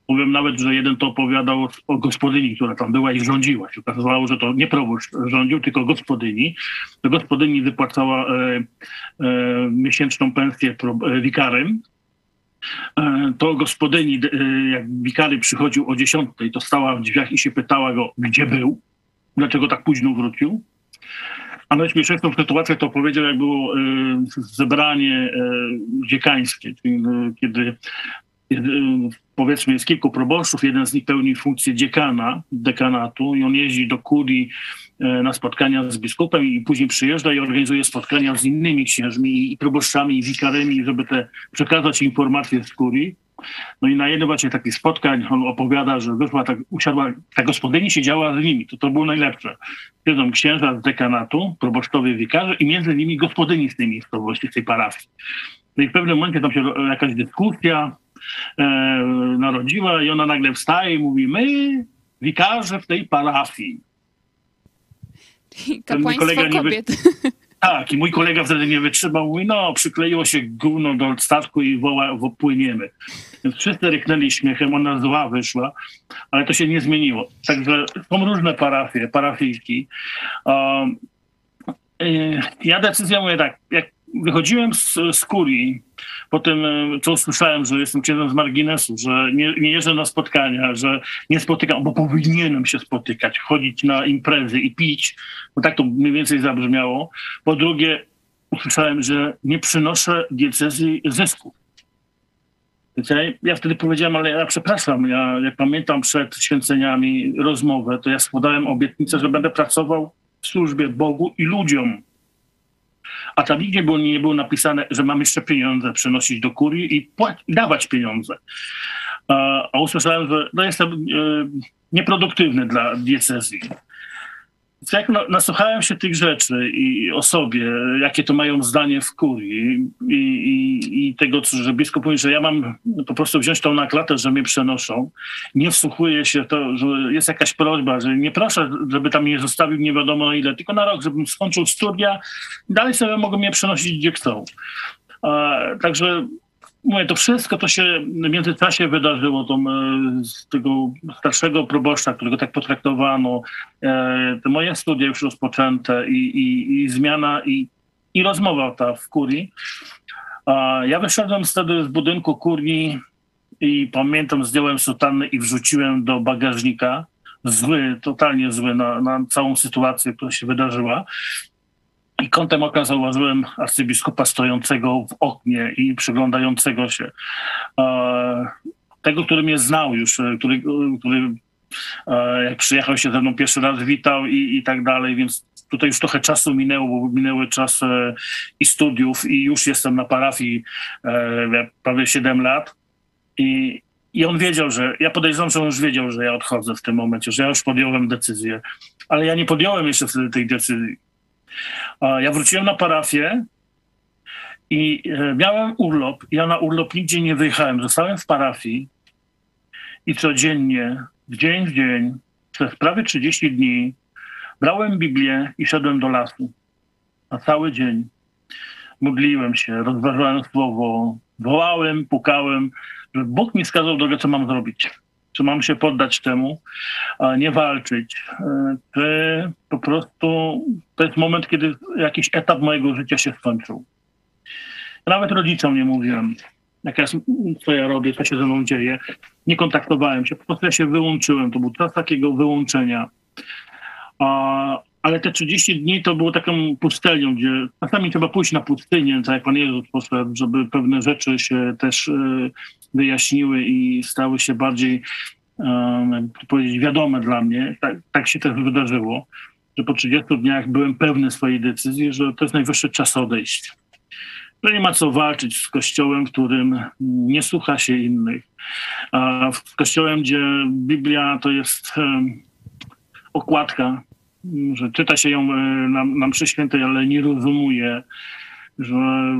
Powiem nawet, że jeden to opowiadał o gospodyni, która tam była i rządziła. Się okazało, że to nie proboszcz rządził, tylko gospodyni. To gospodyni wypłacała miesięczną pensję wikarym. To gospodyni, jak wikary przychodził o 10, to stała w drzwiach i się pytała go, gdzie był, dlaczego tak późno wrócił. A najśmieszniejszą sytuację to powiedział, jak było zebranie dziekańskie, czyli kiedy powiedzmy jest kilku proboszczów, jeden z nich pełni funkcję dekanatu i on jeździ do kurii na spotkania z biskupem i później przyjeżdża i organizuje spotkania z innymi księżmi i proboszczami i wikarami, żeby przekazać informacje z kurii. No i na jednym właśnie takich spotkań on opowiada, że wyszła, usiadła, ta gospodyni siedziała z nimi, to było najlepsze. Siedzą księża z dekanatu, proboszczowie, wikarze i między nimi gospodyni z tymi proboszczami, z tej parafii. No i w pewnym momencie tam się jakaś dyskusja narodziła i ona nagle wstaje i mówi, my wikarze w tej parafii. Kapłaństwo kobiet. Tak, i mój kolega wtedy nie wytrzymał, mówi, no przykleiło się gówno do statku i płyniemy. Więc wszyscy ryknęli śmiechem, ona zła wyszła, ale to się nie zmieniło. Także są różne parafijki. Ja decyzję mówię tak, jak wychodziłem z kurii, po tym, co usłyszałem, że jestem księdzem z marginesu, że nie jeżdżę na spotkania, że nie spotykam, bo powinienem się spotykać, chodzić na imprezy i pić, bo tak to mniej więcej zabrzmiało. Po drugie, usłyszałem, że nie przynoszę diecezji zysków. Ja wtedy powiedziałem, ale ja przepraszam, jak pamiętam przed święceniami rozmowę, to ja składałem obietnicę, że będę pracował w służbie Bogu i ludziom. A tam nigdzie nie było napisane, że mam jeszcze pieniądze przynosić do kurii i dawać pieniądze. A usłyszałem, że jestem nieproduktywny dla diecezji. Jak nasłuchałem się tych rzeczy i o sobie, jakie to mają zdanie w kurii i tego, że biskup mówi, że ja mam po prostu wziąć tą na klatę, że mnie przenoszą, nie wsłuchuję się to, że jest jakaś prośba, że nie proszę, żeby tam mnie zostawił nie wiadomo na ile, tylko na rok, żebym skończył studia i dalej sobie mogą mnie przenosić gdzie chcą. Także mówię, to wszystko to się w międzyczasie wydarzyło, z tego starszego proboszcza, którego tak potraktowano, te moje studia już rozpoczęte i zmiana i rozmowa ta w kurii. Ja wyszedłem wtedy z budynku kurii i pamiętam, zdjąłem sutannę i wrzuciłem do bagażnika. Zły, totalnie zły na całą sytuację, która się wydarzyła. I kątem oka zauważyłem arcybiskupa stojącego w oknie i przyglądającego się. Tego, który mnie znał już, który jak przyjechał się ze mną pierwszy raz, witał i tak dalej, więc tutaj już trochę czasu minęło, bo minęły czas i studiów i już jestem na parafii prawie 7 lat. I on wiedział, ja podejrzewam, że on już wiedział, że ja odchodzę w tym momencie, że ja już podjąłem decyzję, ale ja nie podjąłem jeszcze wtedy tej decyzji. Ja wróciłem na parafię i miałem urlop. Ja na urlop nigdzie nie wyjechałem. Zostałem w parafii i codziennie, dzień w dzień, przez prawie 30 dni brałem Biblię i szedłem do lasu. Na cały dzień. Modliłem się, rozważałem słowo, wołałem, pukałem, że Bóg mi wskazał drogę, co mam zrobić. Czy mam się poddać temu, a nie walczyć. Po prostu to jest moment, kiedy jakiś etap mojego życia się skończył. Nawet rodzicom nie mówiłem, co ja robię, co się ze mną dzieje. Nie kontaktowałem się, po prostu ja się wyłączyłem. To był czas takiego wyłączenia. Ale te 30 dni to było taką pustelnią, gdzie czasami trzeba pójść na pustynię, tak jak Pan Jezus poszedł, żeby pewne rzeczy się też wyjaśniły i stały się bardziej, jak powiedzieć, wiadome dla mnie. Tak się też wydarzyło, że po 30 dniach byłem pewny swojej decyzji, że to jest najwyższy czas odejść. Że nie ma co walczyć z kościołem, w którym nie słucha się innych. A z kościołem, gdzie Biblia to jest okładka, że czyta się ją na mszy świętej, ale nie rozumuje, że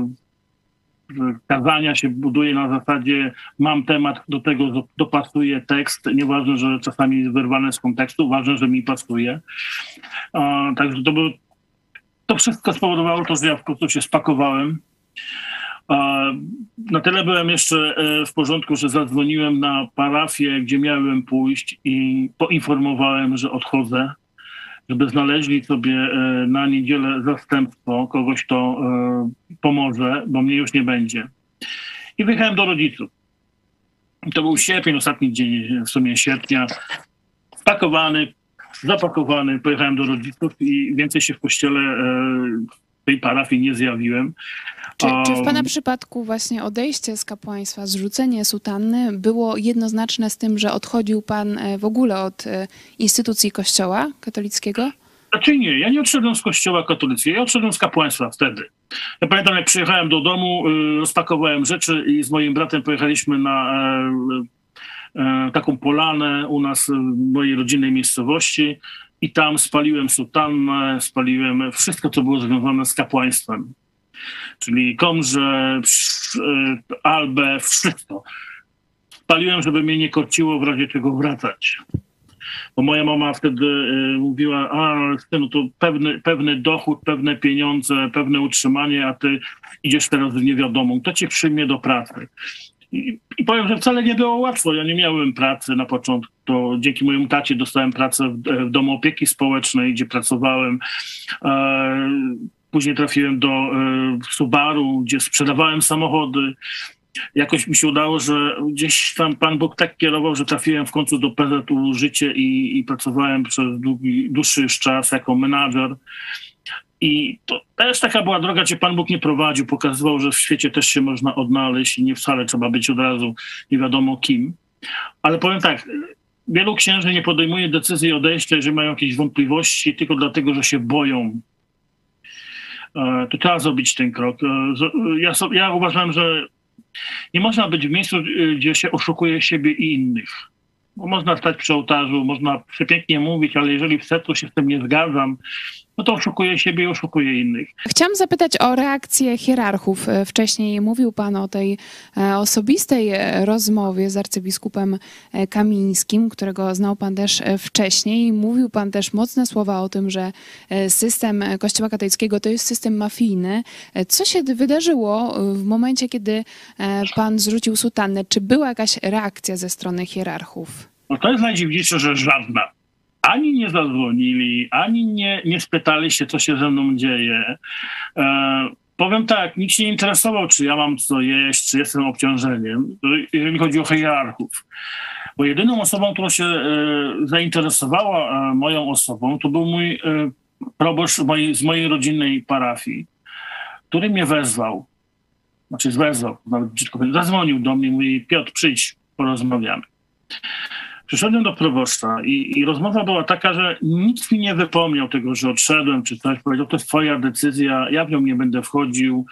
kazania się buduje na zasadzie mam temat, do tego dopasuję tekst, nieważne, że czasami jest wyrwane z kontekstu, ważne, że mi pasuje. Także to wszystko spowodowało to, że ja w końcu się spakowałem Na tyle byłem jeszcze w porządku, że zadzwoniłem na parafię, gdzie miałem pójść i poinformowałem, że odchodzę, żeby znaleźli sobie na niedzielę zastępstwo, kogoś, kto pomoże, bo mnie już nie będzie. I wyjechałem do rodziców. To był sierpień, ostatni dzień w sumie sierpnia. Spakowany, zapakowany, pojechałem do rodziców i więcej się w kościele tej parafii nie zjawiłem. Czy w pana przypadku właśnie odejście z kapłaństwa, zrzucenie sutanny było jednoznaczne z tym, że odchodził pan w ogóle od instytucji Kościoła katolickiego? Znaczy nie, ja nie odszedłem z Kościoła katolickiego, ja odszedłem z kapłaństwa wtedy. Ja pamiętam, jak przyjechałem do domu, rozpakowałem rzeczy i z moim bratem pojechaliśmy na taką polanę u nas w mojej rodzinnej miejscowości i tam spaliłem sutannę, spaliłem wszystko, co było związane z kapłaństwem. Czyli komrze, albę, wszystko. Spaliłem, żeby mnie nie korciło w razie czego wracać. Bo moja mama wtedy mówiła, synu, to pewny dochód, pewne pieniądze, pewne utrzymanie, a ty idziesz teraz w niewiadomą. To cię przyjmie do pracy. I powiem, że wcale nie było łatwo. Ja nie miałem pracy na początku. To dzięki mojemu tacie dostałem pracę w domu opieki społecznej, gdzie pracowałem. Później trafiłem do Subaru, gdzie sprzedawałem samochody. Jakoś mi się udało, że gdzieś tam Pan Bóg tak kierował, że trafiłem w końcu do PZU Życie i pracowałem przez dłuższy już czas jako menadżer. I to też taka była droga, gdzie Pan Bóg nie prowadził. Pokazywał, że w świecie też się można odnaleźć i nie wcale trzeba być od razu nie wiadomo kim. Ale powiem tak, wielu księży nie podejmuje decyzji odejścia, jeżeli mają jakieś wątpliwości, tylko dlatego, że się boją. To trzeba zrobić ten krok. Ja uważam, że nie można być w miejscu, gdzie się oszukuje siebie i innych. Bo można stać przy ołtarzu, można przepięknie mówić, ale jeżeli w sercu się z tym nie zgadzam, no to oszukuję siebie i oszukuję innych. Chciałam zapytać o reakcję hierarchów. Wcześniej mówił pan o tej osobistej rozmowie z arcybiskupem Kamińskim, którego znał pan też wcześniej. Mówił pan też mocne słowa o tym, że system Kościoła katolickiego to jest system mafijny. Co się wydarzyło w momencie, kiedy pan zrzucił sutannę? Czy była jakaś reakcja ze strony hierarchów? No to jest najdziwniejsze, że żadna. Ani nie zadzwonili, ani nie spytali się, co się ze mną dzieje. Powiem tak, nikt się nie interesował, czy ja mam co jeść, czy jestem obciążeniem, jeżeli chodzi o hierarchów. Bo jedyną osobą, która się zainteresowała moją osobą, to był mój proboszcz z mojej rodzinnej parafii, który mnie wezwał. Znaczy nawet brzydko, zadzwonił do mnie i mówi: Piotr, przyjdź, porozmawiamy. Przyszedłem do proboszcza i rozmowa była taka, że nikt mi nie wypomniał tego, że odszedłem czy coś. Powiedział: to jest twoja decyzja, ja w nią nie będę wchodził.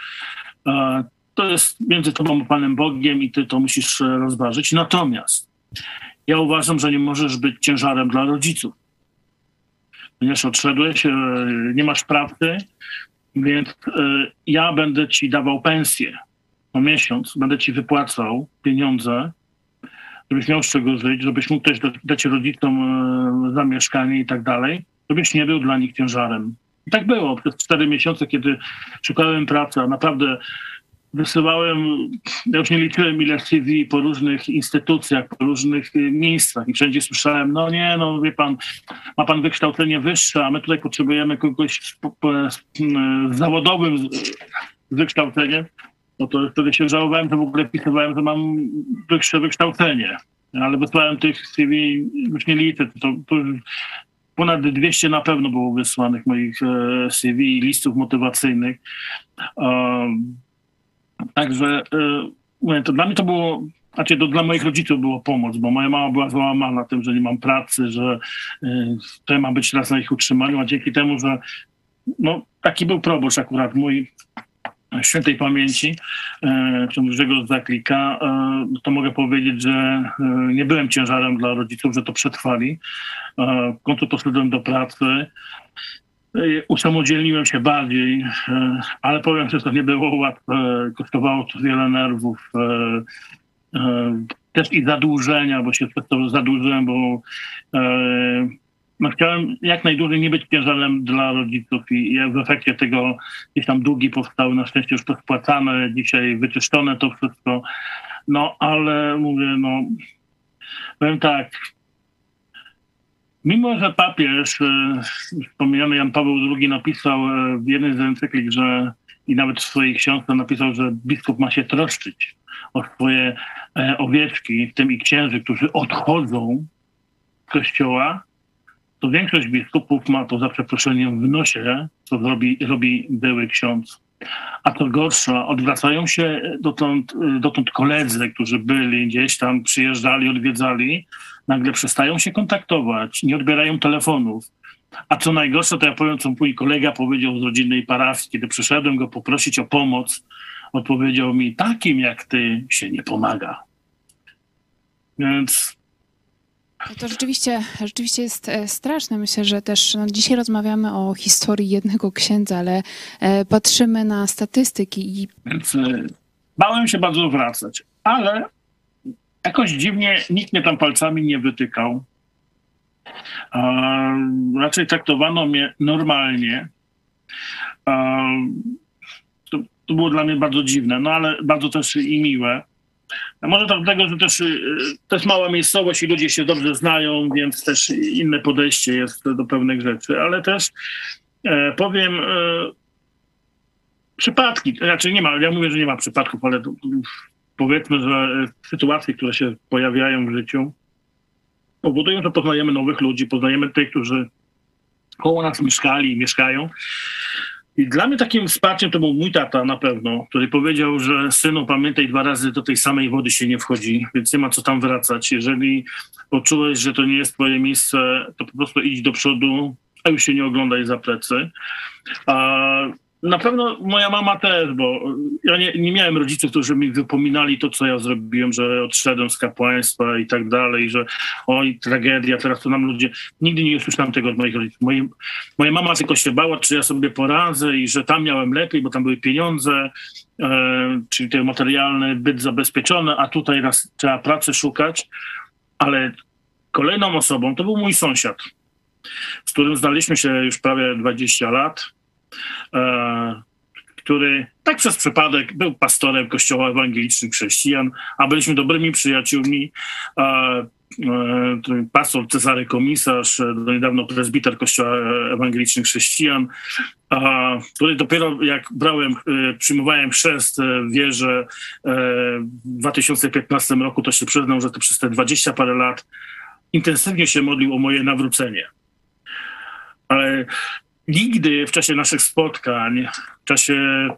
To jest między tobą a Panem Bogiem i ty to musisz rozważyć. Natomiast ja uważam, że nie możesz być ciężarem dla rodziców. Ponieważ odszedłeś, nie masz pracy, więc ja będę ci dawał pensję co miesiąc, będę ci wypłacał pieniądze, żebyś miał z czego żyć, żebyś mógł też dać rodzicom zamieszkanie i tak dalej, żebyś nie był dla nich ciężarem. I tak było przez 4 miesiące, kiedy szukałem pracy, a naprawdę wysyłałem, ja już nie liczyłem ile CV po różnych instytucjach, po różnych miejscach i wszędzie słyszałem: no nie, no wie pan, ma pan wykształcenie wyższe, a my tutaj potrzebujemy kogoś z zawodowym wykształceniem. No to wtedy się żałowałem, że w ogóle pisywałem, że mam wyższe wykształcenie. Ale wysłałem tych CV, już nie liczę, to ponad 200 na pewno było wysłanych moich CV i listów motywacyjnych. Także to dla mnie to było, znaczy to dla moich rodziców było pomoc, bo moja mama była załamana tym, że nie mam pracy, że to ja mam być teraz na ich utrzymaniu, a dzięki temu, że no, taki był proboszcz akurat mój, świętej pamięci, czy Grzegorz Zaklika, to mogę powiedzieć, że nie byłem ciężarem dla rodziców, że to przetrwali. W końcu poszedłem do pracy, usamodzielniłem się bardziej, ale powiem, że to nie było łatwe, kosztowało to wiele nerwów, też i zadłużenia, bo się przez to zadłużyłem, bo no chciałem jak najdłużej nie być ciężarem dla rodziców i w efekcie tego gdzieś tam długi powstały, na szczęście już to spłacane, dzisiaj wyczyszczone to wszystko. No ale mówię, no powiem tak, mimo że papież, wspomniany Jan Paweł II napisał w jednej z encyklik, że i nawet w swojej książce napisał, że biskup ma się troszczyć o swoje owieczki, w tym i księży, którzy odchodzą z kościoła, to większość biskupów ma to za przeproszeniem w nosie, co robi były ksiądz. A co gorsza, odwracają się dotąd koledzy, którzy byli gdzieś tam, przyjeżdżali, odwiedzali, nagle przestają się kontaktować, nie odbierają telefonów. A co najgorsze, to ja powiem, co mój kolega powiedział z rodzinnej parafii, kiedy przyszedłem go poprosić o pomoc, odpowiedział mi, takim jak ty się nie pomaga. Więc... To rzeczywiście jest straszne. Myślę, że też dzisiaj rozmawiamy o historii jednego księdza, ale patrzymy na statystyki. Więc bałem się bardzo wracać, ale jakoś dziwnie nikt mnie tam palcami nie wytykał. Raczej traktowano mnie normalnie. To było dla mnie bardzo dziwne, no ale bardzo też i miłe. Może dlatego, że też to jest mała miejscowość i ludzie się dobrze znają, więc też inne podejście jest do pewnych rzeczy, ale też powiem przypadki, znaczy nie ma, ja mówię, że nie ma przypadków, ale powiedzmy, że sytuacje, które się pojawiają w życiu, powodują, że poznajemy nowych ludzi, poznajemy tych, którzy koło nas mieszkali i mieszkają. I dla mnie takim wsparciem to był mój tata na pewno, który powiedział, że synu, pamiętaj, 2 razy do tej samej wody się nie wchodzi, więc nie ma co tam wracać. Jeżeli poczułeś, że to nie jest twoje miejsce, to po prostu idź do przodu, a już się nie oglądaj za plecy. Na pewno moja mama też, bo ja nie miałem rodziców, którzy mi wypominali to, co ja zrobiłem, że odszedłem z kapłaństwa i tak dalej, że oj, tragedia, teraz to nam ludzie... Nigdy nie usłyszałem tego od moich rodziców. Moja mama tylko się bała, czy ja sobie poradzę i że tam miałem lepiej, bo tam były pieniądze, czyli te materialne, byt zabezpieczone, a tutaj raz trzeba pracy szukać. Ale kolejną osobą to był mój sąsiad, z którym znaliśmy się już prawie 20 lat. Który tak przez przypadek był pastorem Kościoła Ewangelicznych Chrześcijan, a byliśmy dobrymi przyjaciółmi. Pastor Cezary Komisarz, do niedawno prezbiter Kościoła Ewangelicznych Chrześcijan, który dopiero jak przyjmowałem chrzest w wierze w 2015 roku, to się przyznał, że to przez te 20 parę lat intensywnie się modlił o moje nawrócenie. Ale nigdy w czasie naszych spotkań, w czasie,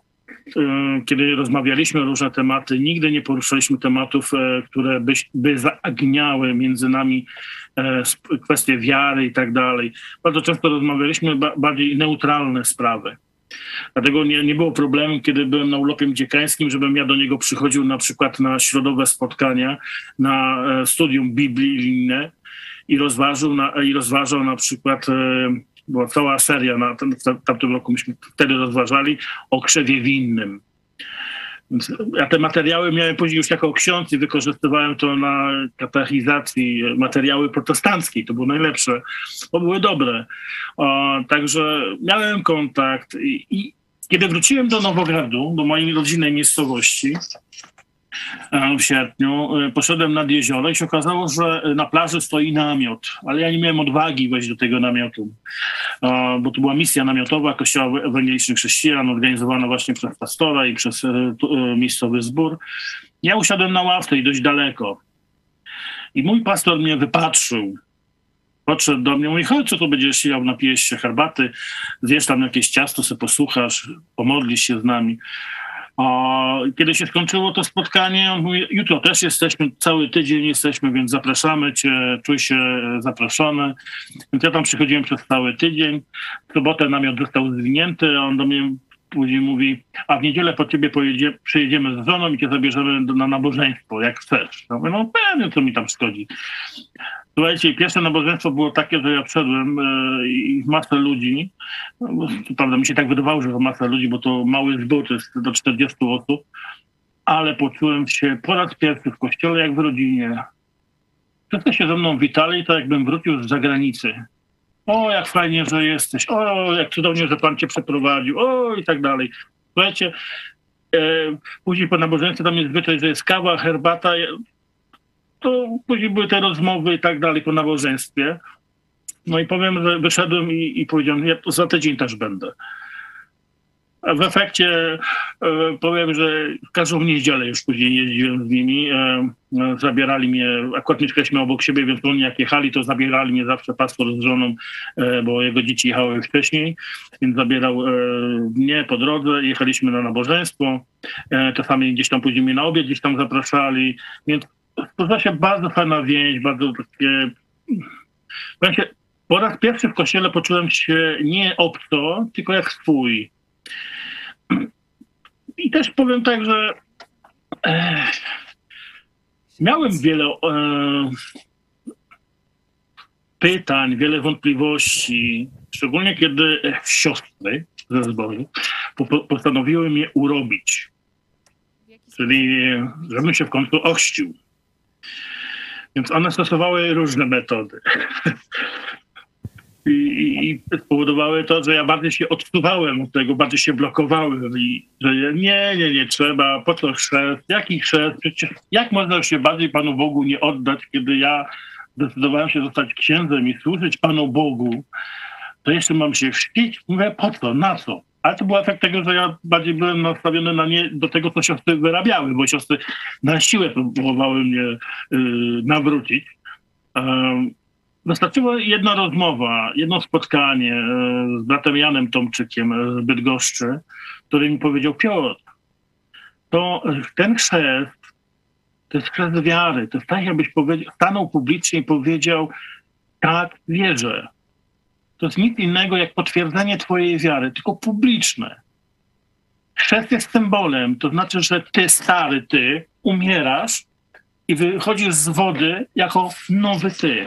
kiedy rozmawialiśmy o różne tematy, nigdy nie poruszaliśmy tematów, które by zaogniały między nami kwestie wiary i tak dalej. Bardzo często rozmawialiśmy bardziej neutralne sprawy. Dlatego nie było problemu, kiedy byłem na urlopie dziekańskim, żebym ja do niego przychodził na przykład na środowe spotkania, na studium biblijne i rozważał na przykład... Była cała seria w tamtym roku, myśmy wtedy rozważali o krzewie winnym. Więc ja te materiały miałem później już jako ksiądz i wykorzystywałem to na katechizacji, materiały protestanckie. To było najlepsze, bo były dobre. Także miałem kontakt i kiedy wróciłem do Nowogradu, do mojej rodzinnej miejscowości, w sierpniu, poszedłem nad jezioro i się okazało, że na plaży stoi namiot, ale ja nie miałem odwagi wejść do tego namiotu, bo to była misja namiotowa Kościoła Ewangelicznych Chrześcijan, organizowana właśnie przez pastora i przez miejscowy zbór. Ja usiadłem na ławce i dość daleko. I mój pastor mnie wypatrzył. Podszedł do mnie, mówi, chodź, co tu będziesz siedział, napijesz się herbaty, zjesz tam jakieś ciasto, sobie posłuchasz, pomodlisz się z nami. Kiedy się skończyło to spotkanie, on mówi, jutro też jesteśmy, cały tydzień jesteśmy, więc zapraszamy cię, czuj się zaproszony. Więc ja tam przychodziłem przez cały tydzień. W sobotę namiot został zwinięty, a on do mnie później mówi, a w niedzielę po ciebie przyjedziemy z żoną i cię zabierzemy na nabożeństwo, jak chcesz. Ja mówię, no pewnie, co mi tam szkodzi. Słuchajcie, pierwsze nabożeństwo było takie, że ja wszedłem i masę ludzi, co prawda mi się tak wydawało, że to masa ludzi, bo to mały zbór, to jest do 40 osób, ale poczułem się po raz pierwszy w kościele jak w rodzinie. Wszyscy się ze mną witali, tak jakbym wrócił z zagranicy. O, jak fajnie, że jesteś, o, jak cudownie, że Pan cię przeprowadził, o, i tak dalej. Słuchajcie, później po nabożeństwie tam jest zwyczaj, że jest kawa, herbata, to później były te rozmowy i tak dalej po nabożeństwie. No i powiem, że wyszedłem i powiedziałem, ja to za tydzień też będę. A w efekcie powiem, że każdą niedzielę już później jeździłem z nimi. Zabierali mnie, akurat mieszkaliśmy obok siebie, więc oni jak jechali, to zabierali mnie zawsze pastor z żoną, bo jego dzieci jechały już wcześniej, więc zabierał mnie po drodze. Jechaliśmy na nabożeństwo. Czasami gdzieś tam później mnie na obiad gdzieś tam zapraszali. Więc to się bardzo fajna więź, bardzo takie... Po raz pierwszy w kościele poczułem się nie obco, tylko jak swój. I też powiem tak, że miałem wiele pytań, wiele wątpliwości, szczególnie kiedy siostry ze zboru postanowiły mnie urobić, czyli żebym się w końcu ochrzcił. Więc one stosowały różne metody. I spowodowały to, że ja bardziej się odsuwałem od tego, bardziej się blokowałem i że nie trzeba, po co chrzest, jaki chrzest, przecież jak można się bardziej Panu Bogu nie oddać, kiedy ja zdecydowałem się zostać księdzem i służyć Panu Bogu, to jeszcze mam się chrzcić? Mówię, po co, na co? Ale to był efekt tego, że ja bardziej byłem nastawiony do tego, co siostry wyrabiały, bo siostry na siłę próbowały mnie nawrócić. Wystarczyła jedna rozmowa, jedno spotkanie z bratem Janem Tomczykiem z Bydgoszczy, który mi powiedział, Piotr, to ten chrzest, to jest chrzest wiary, to jest tak, jakbyś stanął publicznie i powiedział, tak, wierzę. To jest nic innego jak potwierdzenie twojej wiary, tylko publiczne. Chrzest jest symbolem, to znaczy, że ty, stary ty, umierasz i wychodzisz z wody jako nowy ty.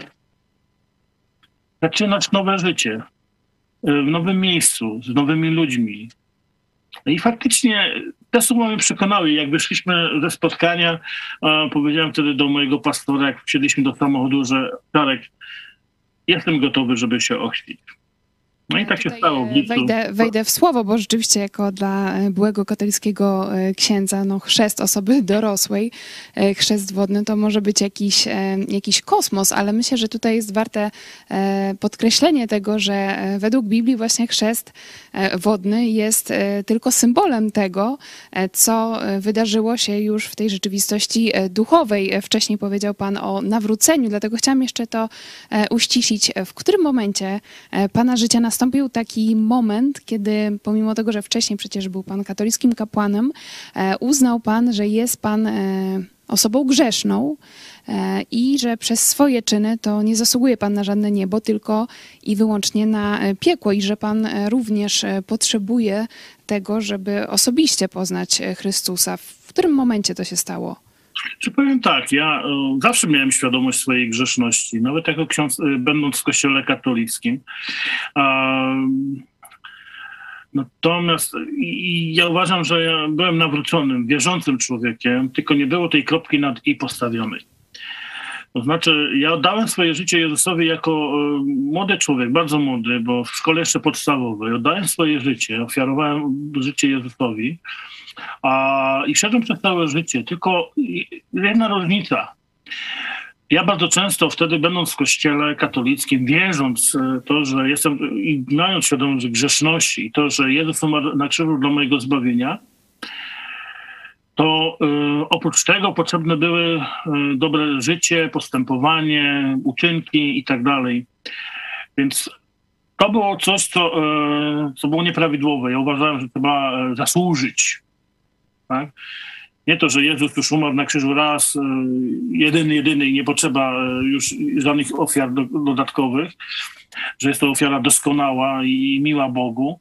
Zaczynasz nowe życie w nowym miejscu, z nowymi ludźmi. I faktycznie te słowa mnie przekonały. Jak wyszliśmy ze spotkania, powiedziałem wtedy do mojego pastora, jak wsiedliśmy do samochodu, że Czarek, jestem gotowy, żeby się ochrzcić. No i tak się stało. Wejdę w słowo, bo rzeczywiście jako dla byłego katolickiego księdza, no chrzest osoby dorosłej, chrzest wodny to może być jakiś kosmos, ale myślę, że tutaj jest warte podkreślenie tego, że według Biblii właśnie chrzest wodny jest tylko symbolem tego, co wydarzyło się już w tej rzeczywistości duchowej. Wcześniej powiedział Pan o nawróceniu, dlatego chciałam jeszcze to uściślić. W którym momencie Pana życia nastąpił taki moment, kiedy pomimo tego, że wcześniej przecież był Pan katolickim kapłanem, uznał Pan, że jest Pan osobą grzeszną i że przez swoje czyny to nie zasługuje Pan na żadne niebo, tylko i wyłącznie na piekło i że Pan również potrzebuje tego, żeby osobiście poznać Chrystusa. W którym momencie to się stało? Czy powiem tak, ja zawsze miałem świadomość swojej grzeszności, nawet jako ksiądz, będąc w kościele katolickim. Natomiast ja uważam, że ja byłem nawróconym, wierzącym człowiekiem, tylko nie było tej kropki nad i postawionej. To znaczy, ja oddałem swoje życie Jezusowi jako młody człowiek, bardzo młody, bo w szkole jeszcze podstawowej. Oddałem swoje życie, ofiarowałem życie Jezusowi i szedłem przez całe życie. Tylko jedna różnica. Ja bardzo często wtedy, będąc w kościele katolickim, wierząc to, że jestem i mając świadomość grzeszności i to, że Jezus umarł na krzyżu dla mojego zbawienia, to oprócz tego potrzebne były dobre życie, postępowanie, uczynki i tak dalej. Więc to było coś, co było nieprawidłowe. Ja uważałem, że trzeba zasłużyć. Tak? Nie to, że Jezus już umarł na krzyżu raz, jedyny i nie potrzeba już żadnych ofiar dodatkowych, że jest to ofiara doskonała i miła Bogu.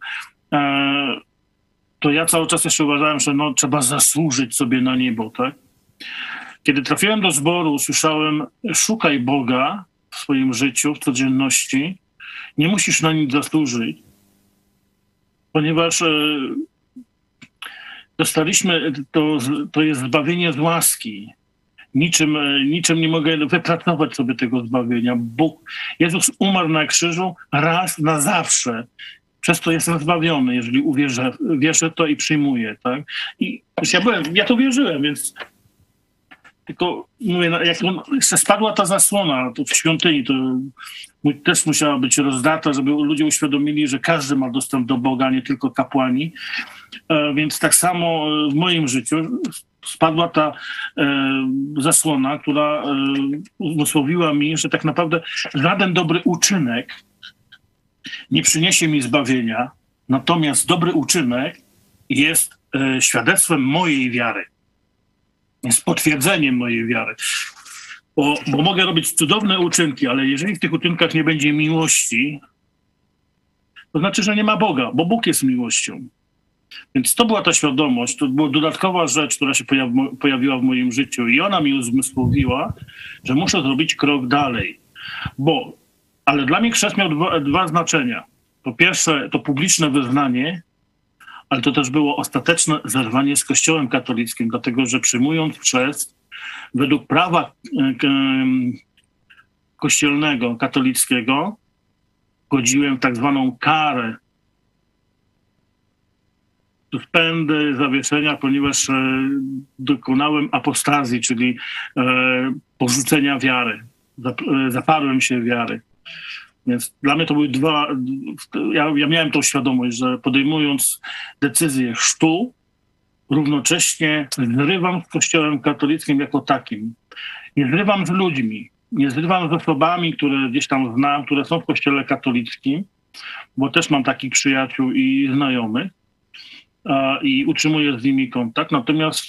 To ja cały czas jeszcze uważałem, że trzeba zasłużyć sobie na niebo, tak? Kiedy trafiłem do zboru, słyszałem, szukaj Boga w swoim życiu, w codzienności. Nie musisz na nic zasłużyć, ponieważ dostaliśmy, to jest zbawienie z łaski. niczym nie mogę wypracować sobie tego zbawienia. Jezus umarł na krzyżu raz na zawsze. Przez to jestem zbawiony, jeżeli wierzę to i przyjmuję, tak? I już ja to wierzyłem, więc tylko mówię, jak spadła ta zasłona to w świątyni, to też musiała być rozdata, żeby ludzie uświadomili, że każdy ma dostęp do Boga, nie tylko kapłani. Więc tak samo w moim życiu spadła ta zasłona, która uzmysłowiła mi, że tak naprawdę żaden dobry uczynek nie przyniesie mi zbawienia, natomiast dobry uczynek jest świadectwem mojej wiary. Jest potwierdzeniem mojej wiary. Bo mogę robić cudowne uczynki, ale jeżeli w tych uczynkach nie będzie miłości, to znaczy, że nie ma Boga, bo Bóg jest miłością. Więc to była ta świadomość, to była dodatkowa rzecz, która się pojawiła w moim życiu i ona mi uzmysłowiła, że muszę zrobić krok dalej. Ale dla mnie chrzest miał dwa znaczenia. Po pierwsze, to publiczne wyznanie, ale to też było ostateczne zerwanie z Kościołem katolickim, dlatego że przyjmując chrzest, według prawa kościelnego, katolickiego, godziłem w tak zwaną karę, suspendy, zawieszenia, ponieważ dokonałem apostazji, czyli porzucenia wiary. Zaparłem się wiary. Więc dla mnie to były ja miałem tą świadomość, że podejmując decyzję chrztu, równocześnie zrywam z Kościołem katolickim jako takim. Nie zrywam z ludźmi, nie zrywam z osobami, które gdzieś tam znam, które są w Kościele katolickim, bo też mam takich przyjaciół i znajomych i utrzymuję z nimi kontakt. Natomiast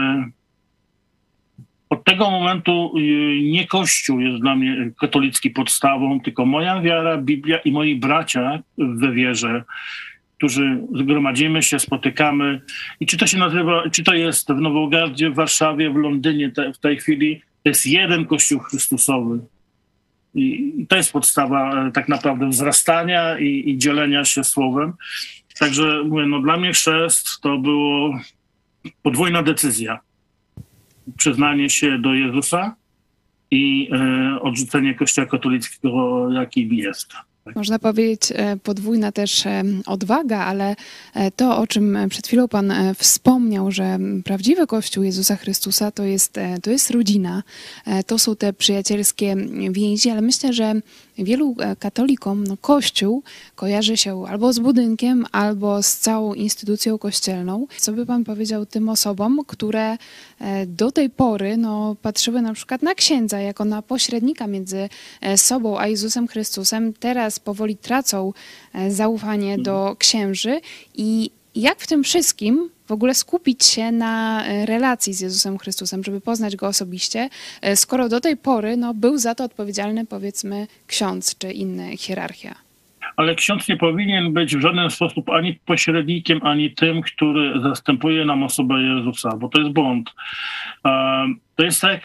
od tego momentu nie Kościół jest dla mnie katolicki podstawą, tylko moja wiara, Biblia i moi bracia we wierze, którzy zgromadzimy się, spotykamy. I czy to się nazywa, czy to jest w Nowogardzie, w Warszawie, w Londynie w tej chwili, to jest jeden Kościół Chrystusowy. I to jest podstawa tak naprawdę wzrastania i dzielenia się słowem. Także mówię, dla mnie chrzest to było podwójna decyzja. Przyznanie się do Jezusa i odrzucenie Kościoła katolickiego, jaki jest. Można powiedzieć podwójna też odwaga, ale to, o czym przed chwilą Pan wspomniał, że prawdziwy Kościół Jezusa Chrystusa to jest rodzina, to są te przyjacielskie więzi, ale myślę, że wielu katolikom Kościół kojarzy się albo z budynkiem, albo z całą instytucją kościelną. Co by Pan powiedział tym osobom, które do tej pory patrzyły na przykład na księdza jako na pośrednika między sobą a Jezusem Chrystusem, teraz powoli tracą zaufanie do księży i jak w tym wszystkim w ogóle skupić się na relacji z Jezusem Chrystusem, żeby poznać Go osobiście, skoro do tej pory był za to odpowiedzialny, powiedzmy, ksiądz czy inna hierarchia. Ale ksiądz nie powinien być w żaden sposób ani pośrednikiem, ani tym, który zastępuje nam osobę Jezusa, bo to jest błąd. To jest tak,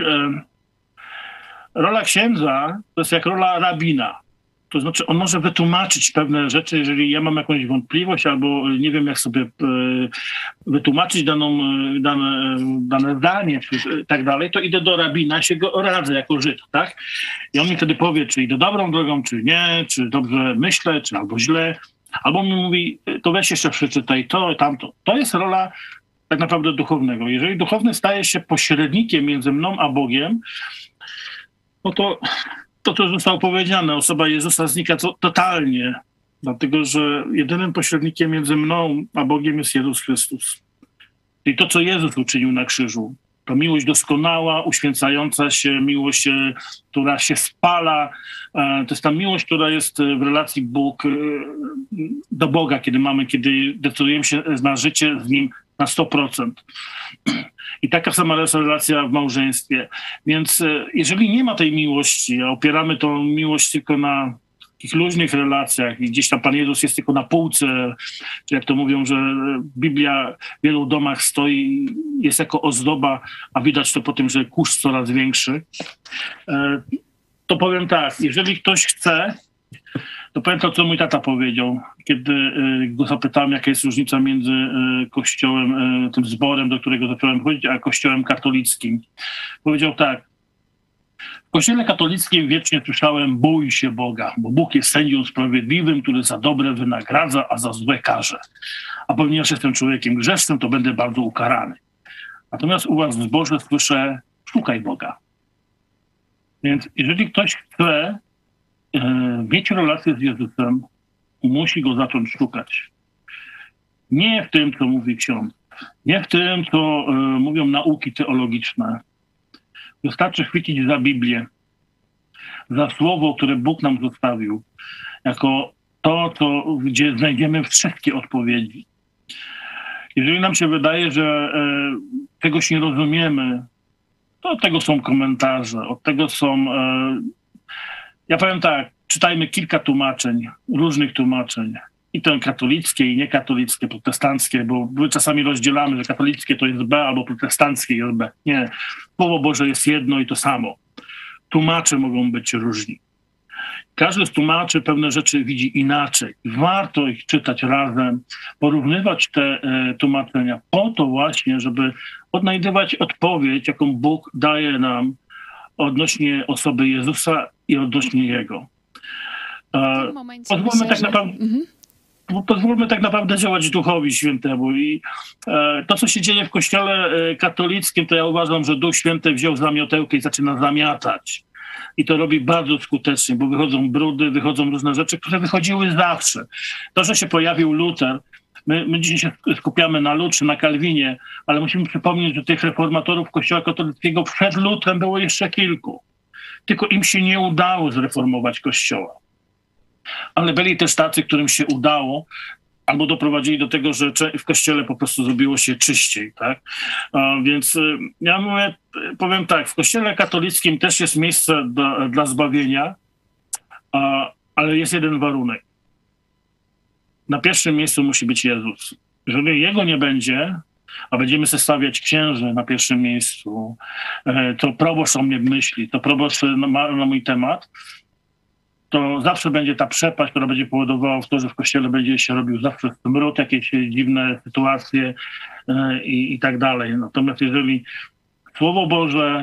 rola księdza to jest jak rola rabina. To znaczy on może wytłumaczyć pewne rzeczy, jeżeli ja mam jakąś wątpliwość albo nie wiem, jak sobie wytłumaczyć dane zdanie czy tak dalej, to idę do rabina, się go radzę jako Żyd, tak? I on mi wtedy powie, czy idę dobrą drogą, czy nie, czy dobrze myślę, czy albo źle. Albo mi mówi, to weź jeszcze przeczytaj to, tamto. To jest rola tak naprawdę duchownego. Jeżeli duchowny staje się pośrednikiem między mną a Bogiem, no to zostało powiedziane, osoba Jezusa znika totalnie, dlatego że jedynym pośrednikiem między mną a Bogiem jest Jezus Chrystus. I to, co Jezus uczynił na krzyżu, to miłość doskonała, uświęcająca się, miłość, która się spala. To jest ta miłość, która jest w relacji Bóg do Boga, kiedy decydujemy się na życie z Nim na 100%. I taka sama relacja w małżeństwie. Więc jeżeli nie ma tej miłości, a opieramy tą miłość tylko na takich luźnych relacjach i gdzieś tam Pan Jezus jest tylko na półce, czy jak to mówią, że Biblia w wielu domach stoi, jest jako ozdoba, a widać to po tym, że kurz coraz większy, to powiem tak, jeżeli ktoś chce to powiem to, co mój tata powiedział, kiedy go zapytałem, jaka jest różnica między kościołem, tym zborem, do którego zacząłem chodzić, a kościołem katolickim. Powiedział tak: w kościele katolickim wiecznie słyszałem: bój się Boga, bo Bóg jest sędzią sprawiedliwym, który za dobre wynagradza, a za złe karze. A ponieważ jestem człowiekiem grzesznym, to będę bardzo ukarany. Natomiast u was w zborze słyszę: szukaj Boga. Więc jeżeli ktoś chce mieć relację z Jezusem, musi go zacząć szukać. Nie w tym, co mówi ksiądz, nie w tym, co mówią nauki teologiczne. Wystarczy chwycić za Biblię, za słowo, które Bóg nam zostawił, jako to, gdzie znajdziemy wszystkie odpowiedzi. Jeżeli nam się wydaje, że czegoś nie rozumiemy, to od tego są komentarze, od tego są... Ja powiem tak, czytajmy kilka tłumaczeń, różnych tłumaczeń. I to katolickie, i niekatolickie, protestanckie, bo my czasami rozdzielamy, że katolickie to jest B, albo protestanckie jest B. Nie. Słowo Boże jest jedno i to samo. Tłumacze mogą być różni. Każdy z tłumaczy pewne rzeczy widzi inaczej. Warto ich czytać razem, porównywać te tłumaczenia po to właśnie, żeby odnajdywać odpowiedź, jaką Bóg daje nam odnośnie osoby Jezusa i odnośnie Jego. Pozwólmy tak naprawdę działać Duchowi Świętemu. I to, co się dzieje w Kościele katolickim, to ja uważam, że Duch Święty wziął zamiotełkę i zaczyna zamiatać. I to robi bardzo skutecznie, bo wychodzą brudy, wychodzą różne rzeczy, które wychodziły zawsze. To, że się pojawił Luter, my dzisiaj się skupiamy na Lutrze, na Kalwinie, ale musimy przypomnieć, że tych reformatorów Kościoła katolickiego przed Lutrem było jeszcze kilku. Tylko im się nie udało zreformować Kościoła. Ale byli też tacy, którym się udało, albo doprowadzili do tego, że w Kościele po prostu zrobiło się czyściej, tak? Więc ja powiem tak, w Kościele katolickim też jest miejsce dla zbawienia, ale jest jeden warunek. Na pierwszym miejscu musi być Jezus. Jeżeli Jego nie będzie, a będziemy sobie stawiać księży na pierwszym miejscu, to proboszcz o mnie myśli, to proboszcz ma na mój temat, to zawsze będzie ta przepaść, która będzie powodowała to, że w Kościele będzie się robił zawsze smród, jakieś dziwne sytuacje i tak dalej. Natomiast jeżeli Słowo Boże,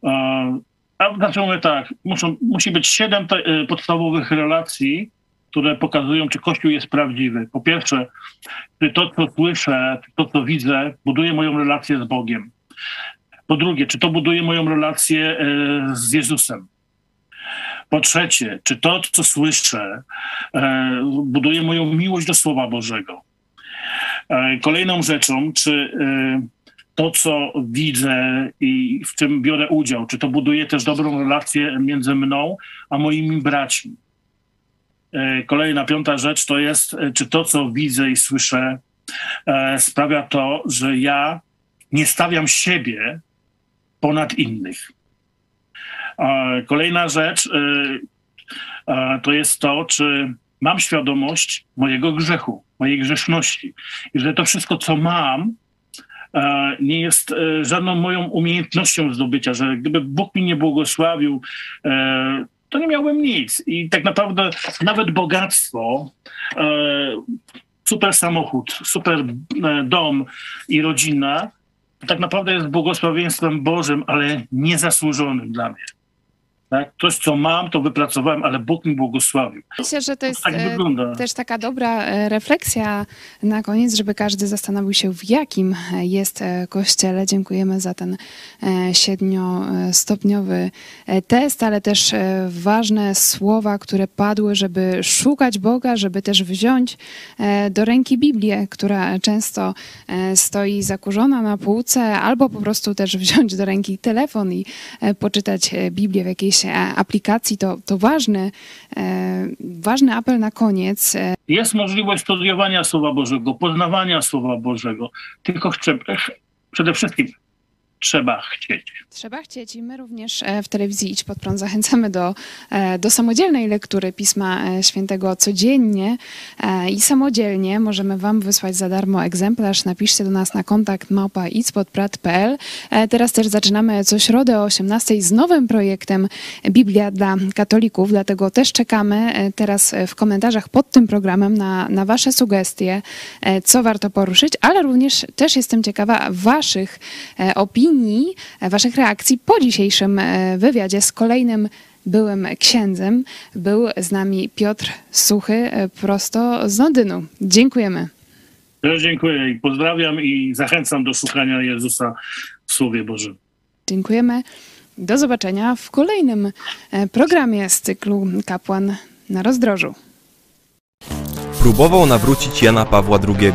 znaczy mówię tak, musi być 7 podstawowych relacji, które pokazują, czy Kościół jest prawdziwy. Po pierwsze, czy to, co słyszę, czy to, co widzę, buduje moją relację z Bogiem. Po drugie, czy to buduje moją relację z Jezusem. Po trzecie, czy to, co słyszę, buduje moją miłość do Słowa Bożego. Kolejną rzeczą, czy to, co widzę i w czym biorę udział, czy to buduje też dobrą relację między mną a moimi braćmi. Kolejna, 5. rzecz to jest, czy to, co widzę i słyszę, sprawia to, że ja nie stawiam siebie ponad innych. Kolejna rzecz to jest to, czy mam świadomość mojego grzechu, mojej grzeszności. I że to wszystko, co mam, nie jest żadną moją umiejętnością zdobycia, że gdyby Bóg mi nie błogosławił, to nie miałbym nic. I tak naprawdę nawet bogactwo, super samochód, super dom i rodzina, to tak naprawdę jest błogosławieństwem Bożym, ale niezasłużonym dla mnie. Tak? Coś, co mam, to wypracowałem, ale Bóg mi błogosławił. Myślę, że to jest tak też taka dobra refleksja na koniec, żeby każdy zastanowił się, w jakim jest Kościele. Dziękujemy za ten 7-stopniowy test, ale też ważne słowa, które padły, żeby szukać Boga, żeby też wziąć do ręki Biblię, która często stoi zakurzona na półce, albo po prostu też wziąć do ręki telefon i poczytać Biblię w jakiejś aplikacji. To ważny apel na koniec. Jest możliwość studiowania Słowa Bożego, poznawania Słowa Bożego, tylko przede wszystkim trzeba chcieć. Trzeba chcieć i my również w telewizji Idź Pod Prąd zachęcamy do samodzielnej lektury Pisma Świętego codziennie i samodzielnie możemy wam wysłać za darmo egzemplarz. Napiszcie do nas na kontakt @idźpodprad.pl. Teraz też zaczynamy co środę o 18:00 z nowym projektem Biblia dla katolików, dlatego też czekamy teraz w komentarzach pod tym programem na wasze sugestie, co warto poruszyć, ale również też jestem ciekawa waszych opinii, waszych reakcji po dzisiejszym wywiadzie z kolejnym byłym księdzem. Był z nami Piotr Suchy prosto z Londynu. Dziękujemy. Ja dziękuję i pozdrawiam i zachęcam do szukania Jezusa w Słowie Bożym. Dziękujemy. Do zobaczenia w kolejnym programie z cyklu Kapłan na Rozdrożu. Próbował nawrócić Jana Pawła II.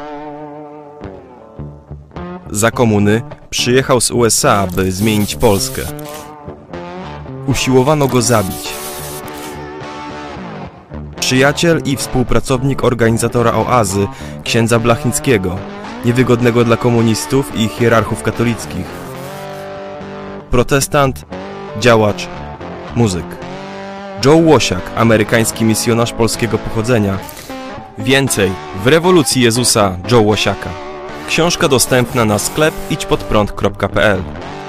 Za komuny przyjechał z USA, by zmienić Polskę. Usiłowano go zabić. Przyjaciel i współpracownik organizatora oazy, księdza Blachnickiego, niewygodnego dla komunistów i hierarchów katolickich. Protestant, działacz, muzyk. Joe Łosiak, amerykański misjonarz polskiego pochodzenia. Więcej w rewolucji Jezusa Joe Łosiaka. Książka dostępna na sklep idźpodprąd.pl.